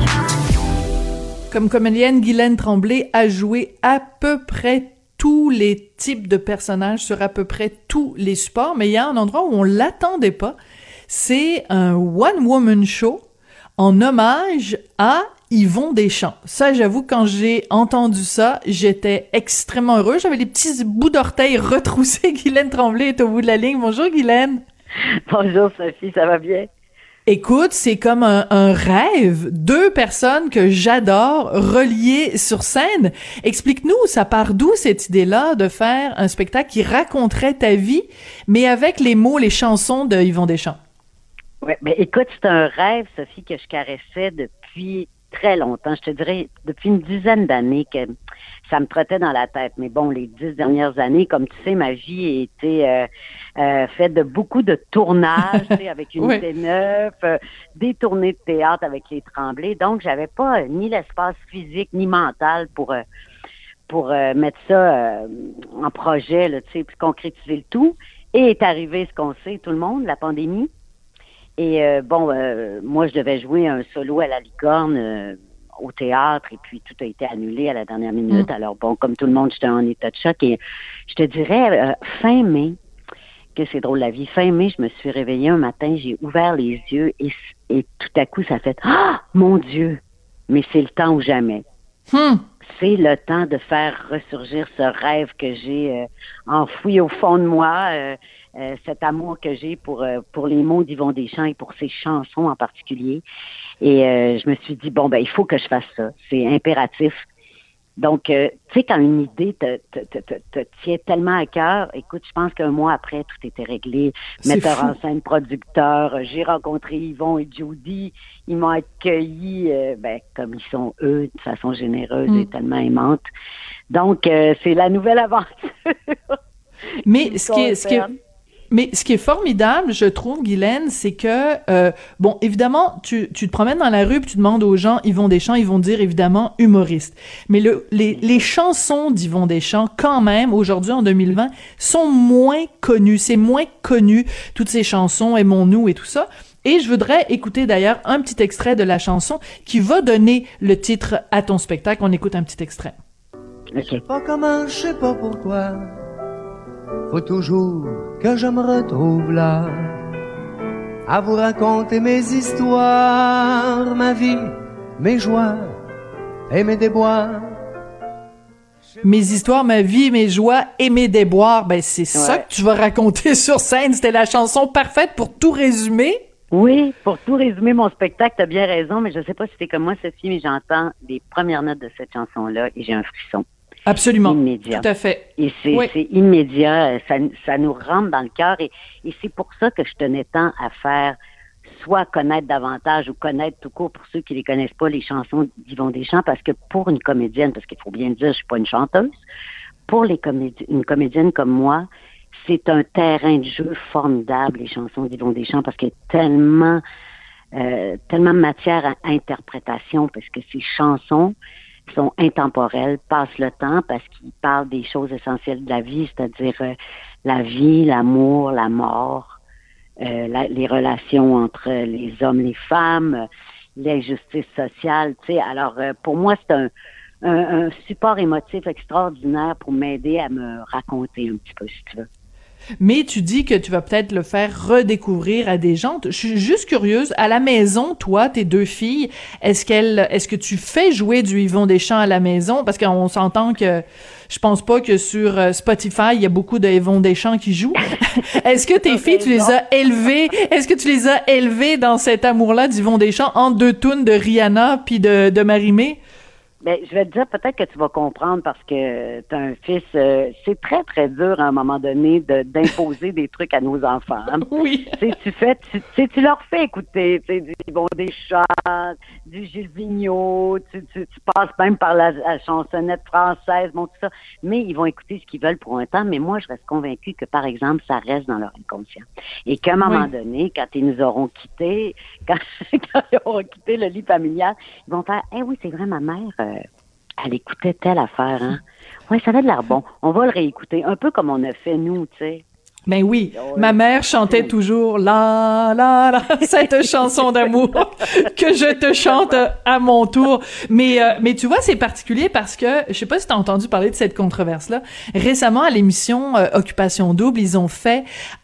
Speaker 4: Comme comédienne, Guylaine Tremblay a joué à peu près tous les types de personnages sur à peu près tous les supports, mais il y a un endroit où on l'attendait pas. C'est un one-woman show en hommage à Yvon Deschamps. Ça, j'avoue, quand j'ai entendu ça, j'étais extrêmement heureuse. J'avais les petits bouts d'orteils retroussés. Guylaine Tremblay est au bout de la ligne. Bonjour, Guylaine.
Speaker 9: Bonjour, Sophie, ça va bien?
Speaker 4: Écoute, c'est comme un rêve. 2 personnes que j'adore reliées sur scène. Explique-nous, ça part d'où cette idée-là de faire un spectacle qui raconterait ta vie, mais avec les mots, les chansons de Yvon Deschamps?
Speaker 9: Oui, mais écoute, c'est un rêve, Sophie, que je caressais depuis très longtemps. Je te dirais, depuis une dizaine d'années que ça me trottait dans la tête. Mais bon, les 10 dernières années, comme tu sais, ma vie a été faite de beaucoup de tournages, tu sais, avec Unité 9, des tournées de théâtre avec les Tremblay. Donc, j'avais pas ni l'espace physique ni mental pour mettre ça en projet, là, tu sais, puis concrétiser le tout. Et est arrivé ce qu'on sait, tout le monde, la pandémie. Et moi, je devais jouer un solo à la Licorne au théâtre, et puis tout a été annulé à la dernière minute. Alors bon, comme tout le monde, j'étais en état de choc. Et je te dirais, fin mai, que c'est drôle la vie, fin mai, je me suis réveillée un matin, j'ai ouvert les yeux, et tout à coup, ça a fait « Ah! Mon Dieu! Mais c'est le temps ou jamais. C'est le temps de faire ressurgir ce rêve que j'ai enfoui au fond de moi, cet amour que j'ai pour les mots d'Yvon Deschamps et pour ses chansons en particulier. Et je me suis dit, bon, ben il faut que je fasse ça. C'est impératif. Donc, tu sais, quand une idée te tient tellement à cœur, écoute, je pense qu'un mois après, tout était réglé. Metteur en scène, producteur, j'ai rencontré Yvon et Judy. Ils m'ont accueilli, comme ils sont eux, de façon généreuse et tellement aimante. Donc, c'est la nouvelle aventure.
Speaker 4: Mais ce qui est Mais ce qui est formidable, je trouve, Guylaine, c'est que, bon, évidemment, tu te promènes dans la rue puis tu demandes aux gens Yvon Deschamps, ils vont dire évidemment humoriste. Mais les chansons d'Yvon Deschamps, quand même, aujourd'hui, en 2020, sont moins connues. C'est moins connu, toutes ces chansons, Aimons-nous et tout ça. Et je voudrais écouter d'ailleurs un petit extrait de la chanson qui va donner le titre à ton spectacle. On écoute un petit extrait.
Speaker 10: Je sais pas comment, je sais pas pourquoi. Faut toujours que je me retrouve là, à vous raconter mes histoires, ma vie, mes joies et mes déboires.
Speaker 4: Mes histoires, ma vie, mes joies et mes déboires, ben c'est ça que tu vas raconter sur scène. C'était la chanson parfaite pour tout résumer.
Speaker 9: Oui, pour tout résumer mon spectacle, t'as bien raison, mais je sais pas si t'es comme moi, Sophie, mais j'entends les premières notes de cette chanson-là et j'ai un frisson.
Speaker 4: Absolument.
Speaker 9: Immédiat.
Speaker 4: Tout à fait.
Speaker 9: Et c'est immédiat, ça nous rentre dans le cœur et c'est pour ça que je tenais tant à faire soit connaître davantage ou connaître tout court pour ceux qui les connaissent pas les chansons d'Yvon Deschamps, parce que pour une comédienne, parce qu'il faut bien le dire, je suis pas une chanteuse, pour une comédienne comme moi, c'est un terrain de jeu formidable, les chansons d'Yvon Deschamps, parce qu'il y a tellement matière à interprétation, parce que ces chansons sont intemporelles, passent le temps, parce qu'ils parlent des choses essentielles de la vie, c'est-à-dire la vie, l'amour, la mort, les relations entre les hommes, les femmes, l'injustice sociale, tu sais. Alors, pour moi, c'est un support émotif extraordinaire pour m'aider à me raconter un petit peu, si tu veux.
Speaker 4: Mais tu dis que tu vas peut-être le faire redécouvrir à des gens. Je suis juste curieuse. À la maison, toi, tes deux filles, est-ce que tu fais jouer du Yvon Deschamps à la maison? Parce qu'on s'entend que je pense pas que sur Spotify, il y a beaucoup de Yvon Deschamps qui jouent. Est-ce que tes filles, tu les as élevées? Est-ce que tu les as élevées dans cet amour-là d'Yvon Deschamps entre deux tunes de Rihanna puis de Marie-Mé?
Speaker 9: Ben, je vais te dire, peut-être que tu vas comprendre parce que t'as un fils, c'est très, très dur à un moment donné d'imposer des trucs à nos enfants. Hein?
Speaker 4: Oui.
Speaker 9: Tu leur fais écouter, du Yvon Deschamps, du Gilles Vigneault, tu passes même par la chansonnette française, bon, tout ça. Mais ils vont écouter ce qu'ils veulent pour un temps. Mais moi, je reste convaincue que, par exemple, ça reste dans leur inconscient. Et qu'à un moment donné, quand ils nous auront quittés, quand ils auront quitté le lit familial, ils vont faire, oui, c'est vrai, ma mère, elle écoutait telle affaire, hein. Ouais, ça avait de l'air bon. On va le réécouter. Un peu comme on a fait, nous, tu sais.
Speaker 4: Ben oui, ma mère chantait toujours la la la cette chanson d'amour que je te chante à mon tour. Mais tu vois, c'est particulier parce que je sais pas si t'as entendu parler de cette controverse-là. Récemment, à l'émission Occupation Double, ils ont fait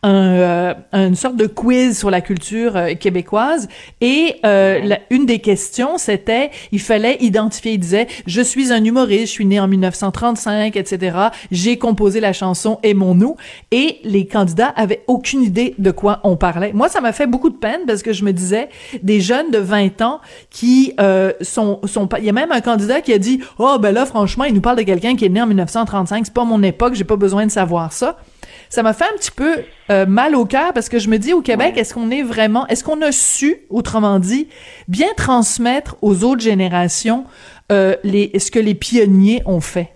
Speaker 4: une sorte de quiz sur la culture québécoise et une des questions, c'était il fallait identifier. Il disait je suis un humoriste, je suis né en 1935, etc. J'ai composé la chanson Aimons-nous et les candidats avaient aucune idée de quoi on parlait. Moi, ça m'a fait beaucoup de peine parce que je me disais, des jeunes de 20 ans qui sont pas... Il y a même un candidat qui a dit « Oh, ben là, franchement, il nous parle de quelqu'un qui est né en 1935, c'est pas mon époque, j'ai pas besoin de savoir ça. » Ça m'a fait un petit peu mal au cœur parce que je me dis, au Québec, est-ce qu'on a su, autrement dit, bien transmettre aux autres générations ce que les pionniers ont fait?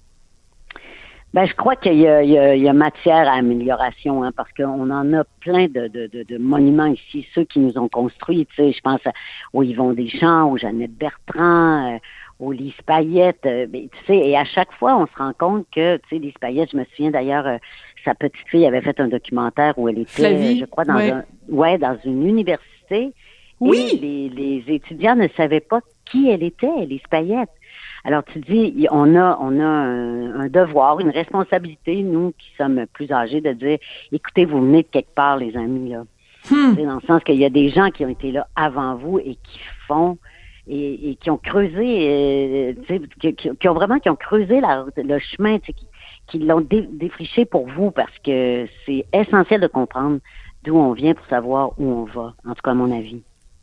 Speaker 9: Ben, je crois qu'il y a matière à amélioration, hein, parce qu'on en a plein de monuments ici, ceux qui nous ont construits, tu sais, je pense au Yvon Deschamps, aux Jeannette Bertrand, aux Lise Payette, tu sais, et à chaque fois, on se rend compte que, tu sais, Lise Payette, je me souviens d'ailleurs, sa petite fille avait fait un documentaire où elle était, Flavie, je crois, dans une université.
Speaker 4: Oui.
Speaker 9: Et les étudiants ne savaient pas qui elle était, Lise Payette. Alors, tu dis, on a un devoir, une responsabilité, nous qui sommes plus âgés, de dire, écoutez, vous venez de quelque part, les amis, là. C'est dans le sens qu'il y a des gens qui ont été là avant vous et qui font et qui ont creusé, qui ont creusé le chemin, qui l'ont défriché pour vous, parce que c'est essentiel de comprendre d'où on vient pour savoir où on va, en tout cas à mon avis.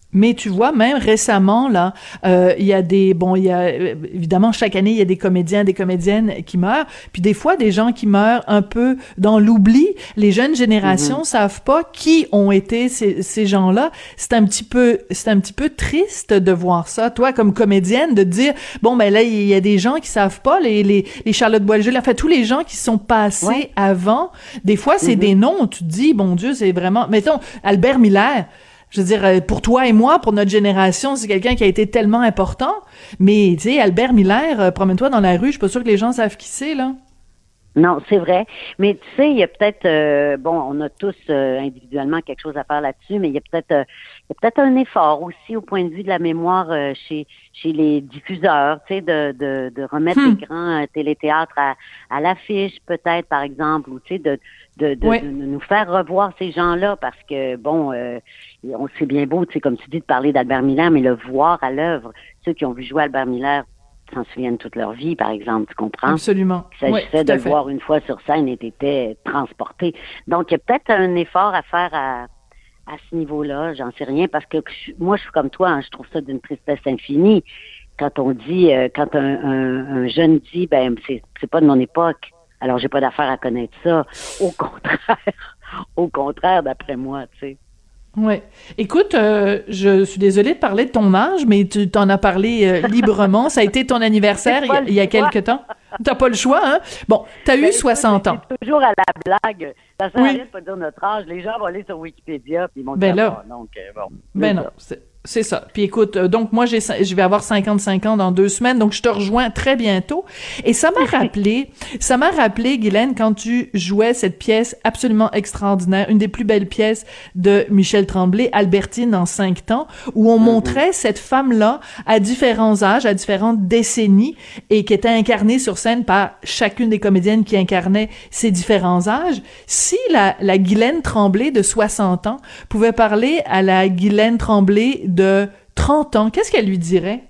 Speaker 4: Mais tu vois, même récemment, là, il y a évidemment, chaque année, il y a des comédiens, des comédiennes qui meurent, puis des fois, des gens qui meurent un peu dans l'oubli. Les jeunes générations savent pas qui ont été ces gens-là. C'est un petit peu triste de voir ça, toi, comme comédienne, de dire, bon, ben là, il y a des gens qui savent pas, les Charlotte Boileau, enfin, tous les gens qui sont passés avant. Des fois, c'est des noms, tu te dis, bon Dieu, c'est vraiment, mettons, Albert Miller. Je veux dire, pour toi et moi, pour notre génération, c'est quelqu'un qui a été tellement important. Mais, tu sais, Albert Miller, promène-toi dans la rue, je suis pas sûre que les gens savent qui c'est, là.
Speaker 9: Non, c'est vrai. Mais tu sais, il y a peut-être, on a tous individuellement quelque chose à faire là-dessus, mais il y a peut-être un effort aussi au point de vue de la mémoire chez les diffuseurs, tu sais, de remettre les grands téléthéâtres à l'affiche, peut-être, par exemple, ou tu sais, de nous faire revoir ces gens-là, parce que, c'est bien beau, tu sais, comme tu dis, de parler d'Albert Miller, mais le voir à l'œuvre, ceux qui ont vu jouer Albert Miller s'en souviennent toute leur vie, par exemple, tu comprends?
Speaker 4: Absolument.
Speaker 9: Il s'agissait de le voir une fois sur scène et t'étais transporté. Donc, il y a peut-être un effort à faire à ce niveau-là, j'en sais rien, parce que moi, je suis comme toi, hein, je trouve ça d'une tristesse infinie. Quand on dit, quand un jeune dit, ben, c'est pas de mon époque, alors j'ai pas d'affaire à connaître ça. Au contraire, d'après moi, tu sais.
Speaker 4: Ouais. Écoute, je suis désolée de parler de ton âge, mais tu t'en as parlé librement. Ça a été ton anniversaire il y a quelque temps. T'as pas le choix, hein? Bon, t'as eu 60 ans.
Speaker 9: C'est toujours à la blague. Ça sert à rien de pas dire notre âge. Les gens vont aller sur Wikipédia puis ils vont dire ça. Donc, bon.
Speaker 4: Ben non, c'est ça. Puis écoute, donc moi, je vais avoir 55 ans dans 2 semaines, donc je te rejoins très bientôt. Et ça m'a rappelé, Guylaine, quand tu jouais cette pièce absolument extraordinaire, une des plus belles pièces de Michel Tremblay, Albertine en 5 temps, où on montrait cette femme-là à différents âges, à différentes décennies, et qui était incarnée sur scène par chacune des comédiennes qui incarnaient ces différents âges. Si la Guylaine Tremblay de 60 ans pouvait parler à la Guylaine Tremblay de 30 ans, qu'est-ce qu'elle lui dirait?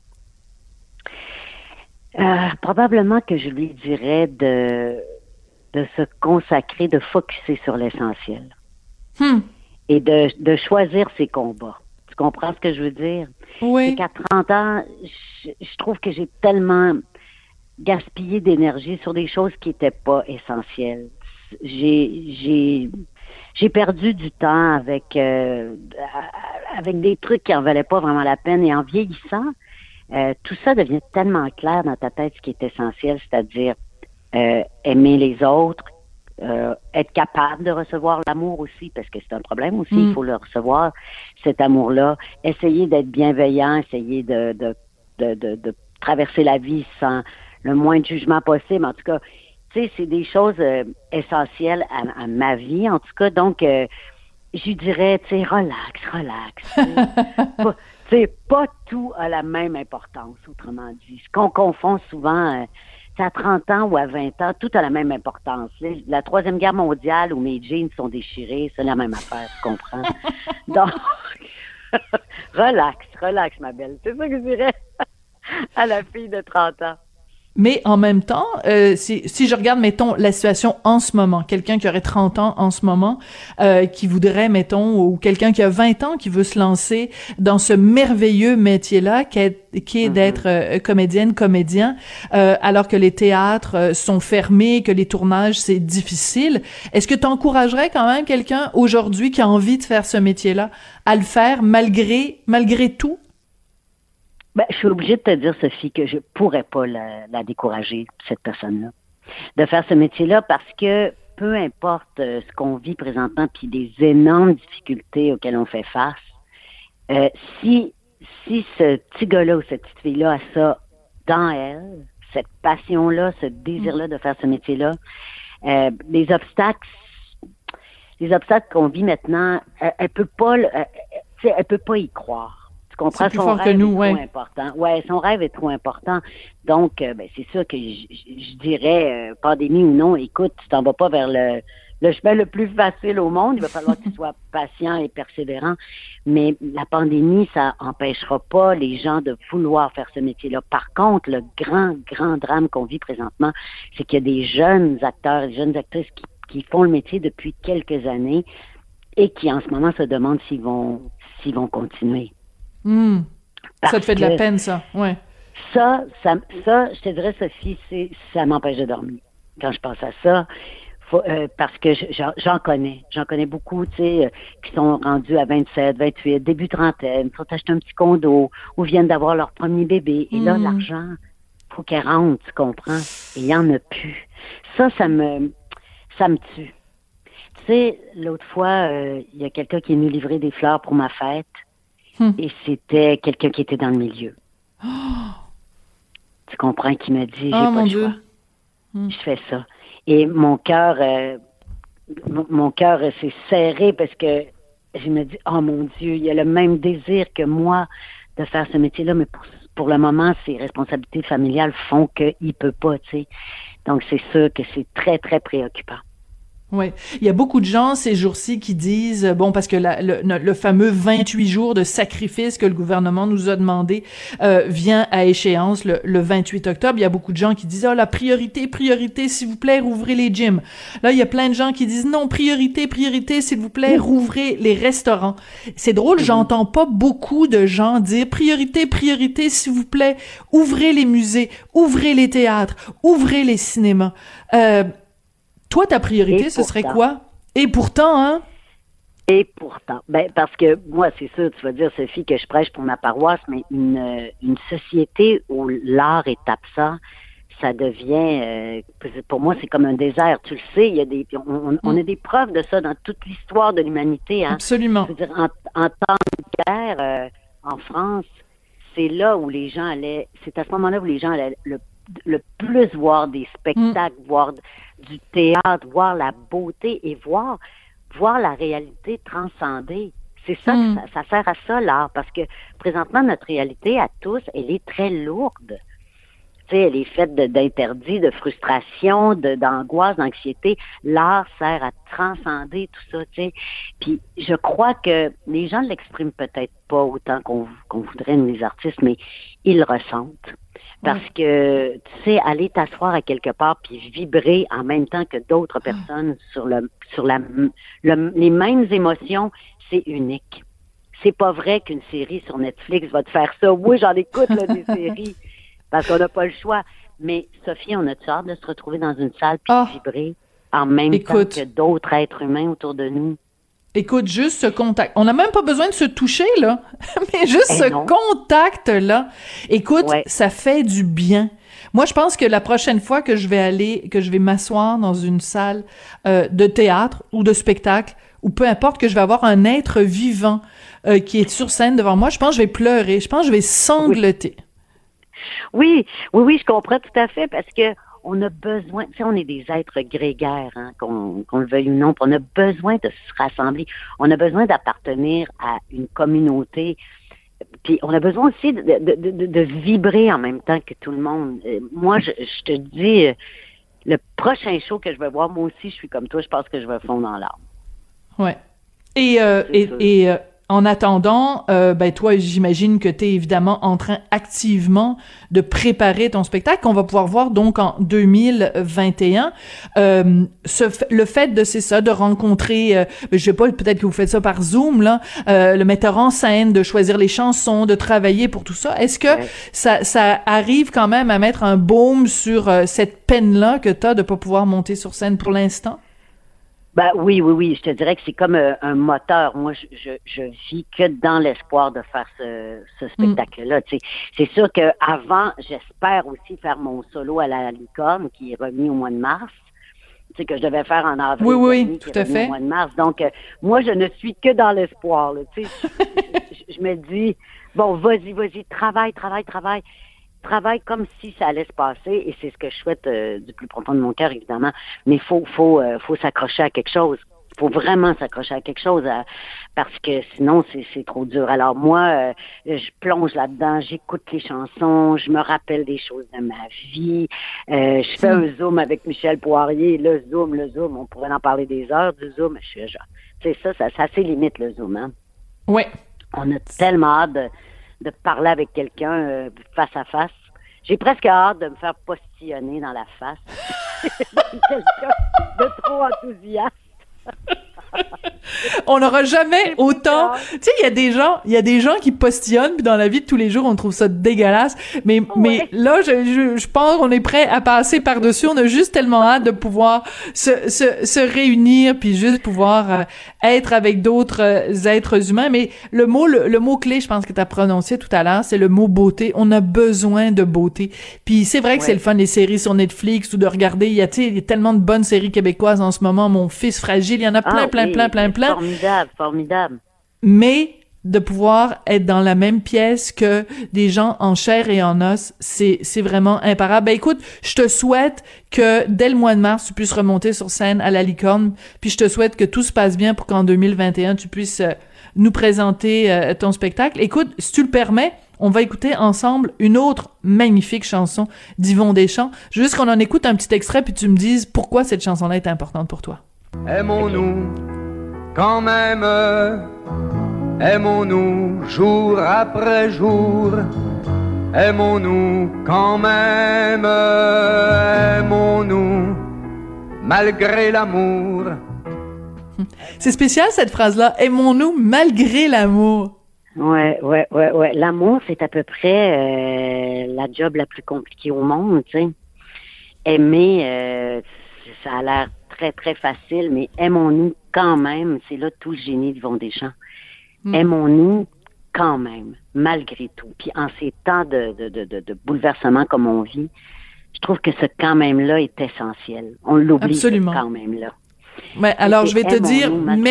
Speaker 9: Probablement que je lui dirais de se consacrer, de focusser sur l'essentiel. Et de choisir ses combats. Tu comprends ce que je veux dire?
Speaker 4: Oui.
Speaker 9: C'est qu'à 30 ans, je trouve que j'ai tellement gaspillé d'énergie sur des choses qui n'étaient pas essentielles. J'ai perdu du temps avec des trucs qui en valaient pas vraiment la peine, et en vieillissant, tout ça devient tellement clair dans ta tête, ce qui est essentiel, c'est-à-dire aimer les autres, être capable de recevoir l'amour aussi, parce que c'est un problème aussi, il faut le recevoir, cet amour-là, essayer d'être bienveillant, essayer de traverser la vie sans le moins de jugement possible, en tout cas. Tu sais, c'est des choses essentielles à ma vie, en tout cas. Donc, je dirais, tu sais, relax. Tu sais, pas tout a la même importance, autrement dit. Ce qu'on confond souvent, c'est à 30 ans ou à 20 ans, tout a la même importance. La Troisième Guerre mondiale où mes jeans sont déchirés, c'est la même affaire, tu comprends? Donc, relax, ma belle. C'est ça que je dirais à la fille de 30 ans.
Speaker 4: Mais en même temps, si je regarde, mettons, la situation en ce moment, quelqu'un qui aurait 30 ans en ce moment, qui voudrait, mettons, ou quelqu'un qui a 20 ans qui veut se lancer dans ce merveilleux métier-là, qui est d'être comédien, alors que les théâtres sont fermés, que les tournages, c'est difficile. Est-ce que tu encouragerais quand même quelqu'un aujourd'hui qui a envie de faire ce métier-là à le faire malgré tout?
Speaker 9: Ben, je suis obligée de te dire, Sophie, que je pourrais pas la décourager, cette personne-là, de faire ce métier-là, parce que peu importe ce qu'on vit présentement, puis des énormes difficultés auxquelles on fait face, si ce petit gars-là ou cette petite fille-là a ça dans elle, cette passion-là, ce désir-là de faire ce métier-là, les obstacles qu'on vit maintenant, elle peut pas y croire. Tu comprends? Son rêve est trop important. Ouais, son rêve est trop important. Donc, c'est sûr que je dirais, pandémie ou non, écoute, tu t'en vas pas vers le chemin le plus facile au monde. Il va falloir que tu sois patient et persévérant. Mais la pandémie, ça empêchera pas les gens de vouloir faire ce métier-là. Par contre, le grand drame qu'on vit présentement, c'est qu'il y a des jeunes acteurs, des jeunes actrices qui font le métier depuis quelques années et qui, en ce moment, se demandent s'ils vont s'ils vont continuer.
Speaker 4: Ça te fait de la peine, ça, ouais.
Speaker 9: Ça, je te dirais, Sophie, ça m'empêche de dormir. Quand je pense à ça, parce que j'en connais beaucoup, tu sais, qui sont rendus à 27, 28, début trentaine, sont achetés un petit condo, ou viennent d'avoir leur premier bébé. Et là, l'argent, faut qu'elle rentre, tu comprends? Et il n'y en a plus. Ça me tue. Tu sais, l'autre fois, il y a quelqu'un qui est venu livrer des fleurs pour ma fête, et c'était quelqu'un qui était dans le milieu. Tu comprends? Qui m'a dit, j'ai pas de choix. Je fais ça. Et mon cœur s'est serré parce que je me dis, oh mon Dieu, il y a le même désir que moi de faire ce métier-là, mais pour le moment, ses responsabilités familiales font qu'il peut pas, tu sais. Donc, c'est sûr que c'est très, très préoccupant.
Speaker 4: Oui. Il y a beaucoup de gens ces jours-ci qui disent, bon, parce que le fameux 28 jours de sacrifice que le gouvernement nous a demandé vient à échéance le 28 octobre. Il y a beaucoup de gens qui disent, la priorité, s'il vous plaît, rouvrez les gyms. Là, il y a plein de gens qui disent, non, priorité, s'il vous plaît, rouvrez les restaurants. C'est drôle, j'entends pas beaucoup de gens dire, priorité, s'il vous plaît, ouvrez les musées, ouvrez les théâtres, ouvrez les cinémas. Toi, ta priorité, ce serait quoi? Et pourtant, hein?
Speaker 9: Et pourtant. Ben, parce que moi, c'est sûr, tu vas dire, Sophie, que je prêche pour ma paroisse, mais une société où l'art est absent, ça devient, pour moi, c'est comme un désert. Tu le sais, il y a on a des preuves de ça dans toute l'histoire de l'humanité, hein?
Speaker 4: Absolument.
Speaker 9: Je veux dire, en temps de guerre, en France, c'est là où les gens allaient, c'est à ce moment-là où les gens allaient le plus voir des spectacles, voir du théâtre, voir la beauté et voir la réalité transcender. C'est ça que ça sert à ça, l'art, parce que présentement, notre réalité à tous, elle est très lourde. Tu sais, elle est faite d'interdits, de frustration, d'angoisse, d'anxiété. L'art sert à transcender tout ça, tu sais. Puis je crois que les gens ne l'expriment peut-être pas autant qu'on voudrait, nous les artistes, mais ils le ressentent. Parce que, tu sais, aller t'asseoir à quelque part puis vibrer en même temps que d'autres personnes sur les mêmes émotions, c'est unique. C'est pas vrai qu'une série sur Netflix va te faire ça. Oui, j'en écoute, là, des séries, parce qu'on n'a pas le choix. Mais, Sophie, on a-tu hâte de se retrouver dans une salle puis de vibrer en même temps que d'autres êtres humains autour de nous?
Speaker 4: Écoute, juste ce contact. On n'a même pas besoin de se toucher, là. Mais juste contact-là. Écoute, ça fait du bien. Moi, je pense que la prochaine fois que je vais m'asseoir dans une salle de théâtre ou de spectacle, ou peu importe, que je vais avoir un être vivant qui est sur scène devant moi, je pense que je vais pleurer. Je pense que je vais sangloter.
Speaker 9: Oui, je comprends tout à fait, parce que on a besoin, tu sais, on est des êtres grégaires, hein, qu'on le veuille ou non, puis on a besoin de se rassembler, on a besoin d'appartenir à une communauté, puis on a besoin aussi de vibrer en même temps que tout le monde. Moi, je te dis, le prochain show que je vais voir, moi aussi, je suis comme toi, je pense que je vais fondre dans l'arbre.
Speaker 4: Ouais. Et en attendant, toi, j'imagine que tu es évidemment en train activement de préparer ton spectacle qu'on va pouvoir voir donc en 2021. Le fait de rencontrer, je sais pas, peut-être que vous faites ça par Zoom, là, le metteur en scène, de choisir les chansons, de travailler pour tout ça. Est-ce que ça arrive quand même à mettre un baume sur cette peine-là que tu as de pas pouvoir monter sur scène pour l'instant?
Speaker 9: Ben oui, je te dirais que c'est comme un moteur. Moi, je vis que dans l'espoir de faire ce spectacle-là. Tu sais, c'est sûr que avant, j'espère aussi faire mon solo à la Licorne, qui est remis au mois de mars. Tu sais, que je devais faire en avril.
Speaker 4: Oui, tout à fait.
Speaker 9: Au mois de mars. Donc, moi, je ne suis que dans l'espoir. Là, tu sais, je me dis, bon, vas-y, travaille. Travaille comme si ça allait se passer, et c'est ce que je souhaite du plus profond de mon cœur, évidemment. Mais faut s'accrocher à quelque chose. Faut vraiment s'accrocher à quelque chose, parce que sinon c'est trop dur. Alors moi, je plonge là-dedans, j'écoute les chansons, je me rappelle des choses de ma vie. Je fais un Zoom avec Michel Poirier. Le Zoom, on pourrait en parler des heures du Zoom. Je suis genre, tu sais, ça c'est limite le Zoom, hein.
Speaker 4: Ouais.
Speaker 9: On a tellement hâte de parler avec quelqu'un face à face. J'ai presque hâte de me faire postillonner dans la face. Quelqu'un de trop enthousiaste.
Speaker 4: On n'aura jamais autant. Tu sais, il y a des gens qui postillonnent, puis dans la vie de tous les jours, on trouve ça dégueulasse. Mais là, je pense qu'on est prêt à passer par-dessus. On a juste tellement hâte de pouvoir se réunir, puis juste pouvoir être avec d'autres êtres humains. Mais le mot clé, je pense que tu as prononcé tout à l'heure, c'est le mot beauté. On a besoin de beauté. Puis c'est vrai que c'est le fun, les séries sur Netflix ou de regarder. Il y a tellement de bonnes séries québécoises en ce moment. Mon fils fragile, il y en a plein.
Speaker 9: Formidable.
Speaker 4: Mais de pouvoir être dans la même pièce que des gens en chair et en os, c'est vraiment imparable. Ben écoute, je te souhaite que dès le mois de mars, tu puisses remonter sur scène à la Licorne, puis je te souhaite que tout se passe bien pour qu'en 2021, tu puisses nous présenter ton spectacle. Écoute, si tu le permets, on va écouter ensemble une autre magnifique chanson d'Yvon Deschamps. Juste qu'on en écoute un petit extrait, puis tu me dises pourquoi cette chanson-là est importante pour toi.
Speaker 10: Aimons-nous quand même, aimons-nous jour après jour, aimons-nous quand même, aimons-nous malgré l'amour.
Speaker 4: C'est spécial cette phrase-là, aimons-nous malgré l'amour.
Speaker 9: Ouais. L'amour, c'est à peu près la job la plus compliquée au monde, tu sais. Aimer, ça a l'air très, très facile, mais aimons-nous quand même. C'est là tout le génie d'Yvon Deschamps. Aimons-nous quand même, malgré tout. Puis en ces temps de bouleversement comme on vit, je trouve que ce quand même-là est essentiel. On l'oublie, ce quand même-là.
Speaker 4: Ouais, alors je vais te dire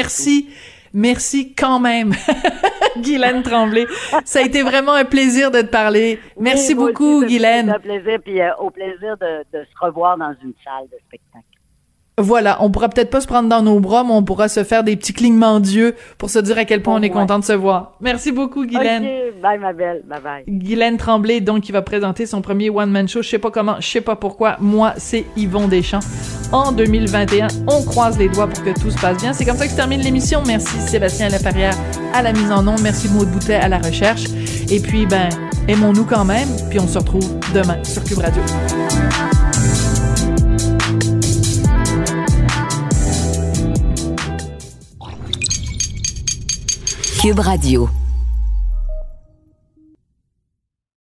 Speaker 4: merci quand même, Guylaine Tremblay. Ça a été vraiment un plaisir de te parler. Merci beaucoup, Guylaine.
Speaker 9: C'est un plaisir, puis au plaisir de se revoir dans une salle de spectacle.
Speaker 4: Voilà, on pourra peut-être pas se prendre dans nos bras, mais on pourra se faire des petits clignements d'yeux pour se dire à quel point on est content de se voir. Merci beaucoup, Guylaine.
Speaker 9: OK, bye ma belle, bye bye.
Speaker 4: Guylaine Tremblay, donc, qui va présenter son premier one-man show. Je sais pas comment, je sais pas pourquoi. Moi, c'est Yvon Deschamps. En 2021, on croise les doigts pour que tout se passe bien. C'est comme ça que se termine l'émission. Merci Sébastien Laferrière à la mise en onde. Merci Maud Boutet à la recherche. Et puis, aimons-nous quand même. Puis on se retrouve demain sur Cube Radio.
Speaker 1: Cube Radio.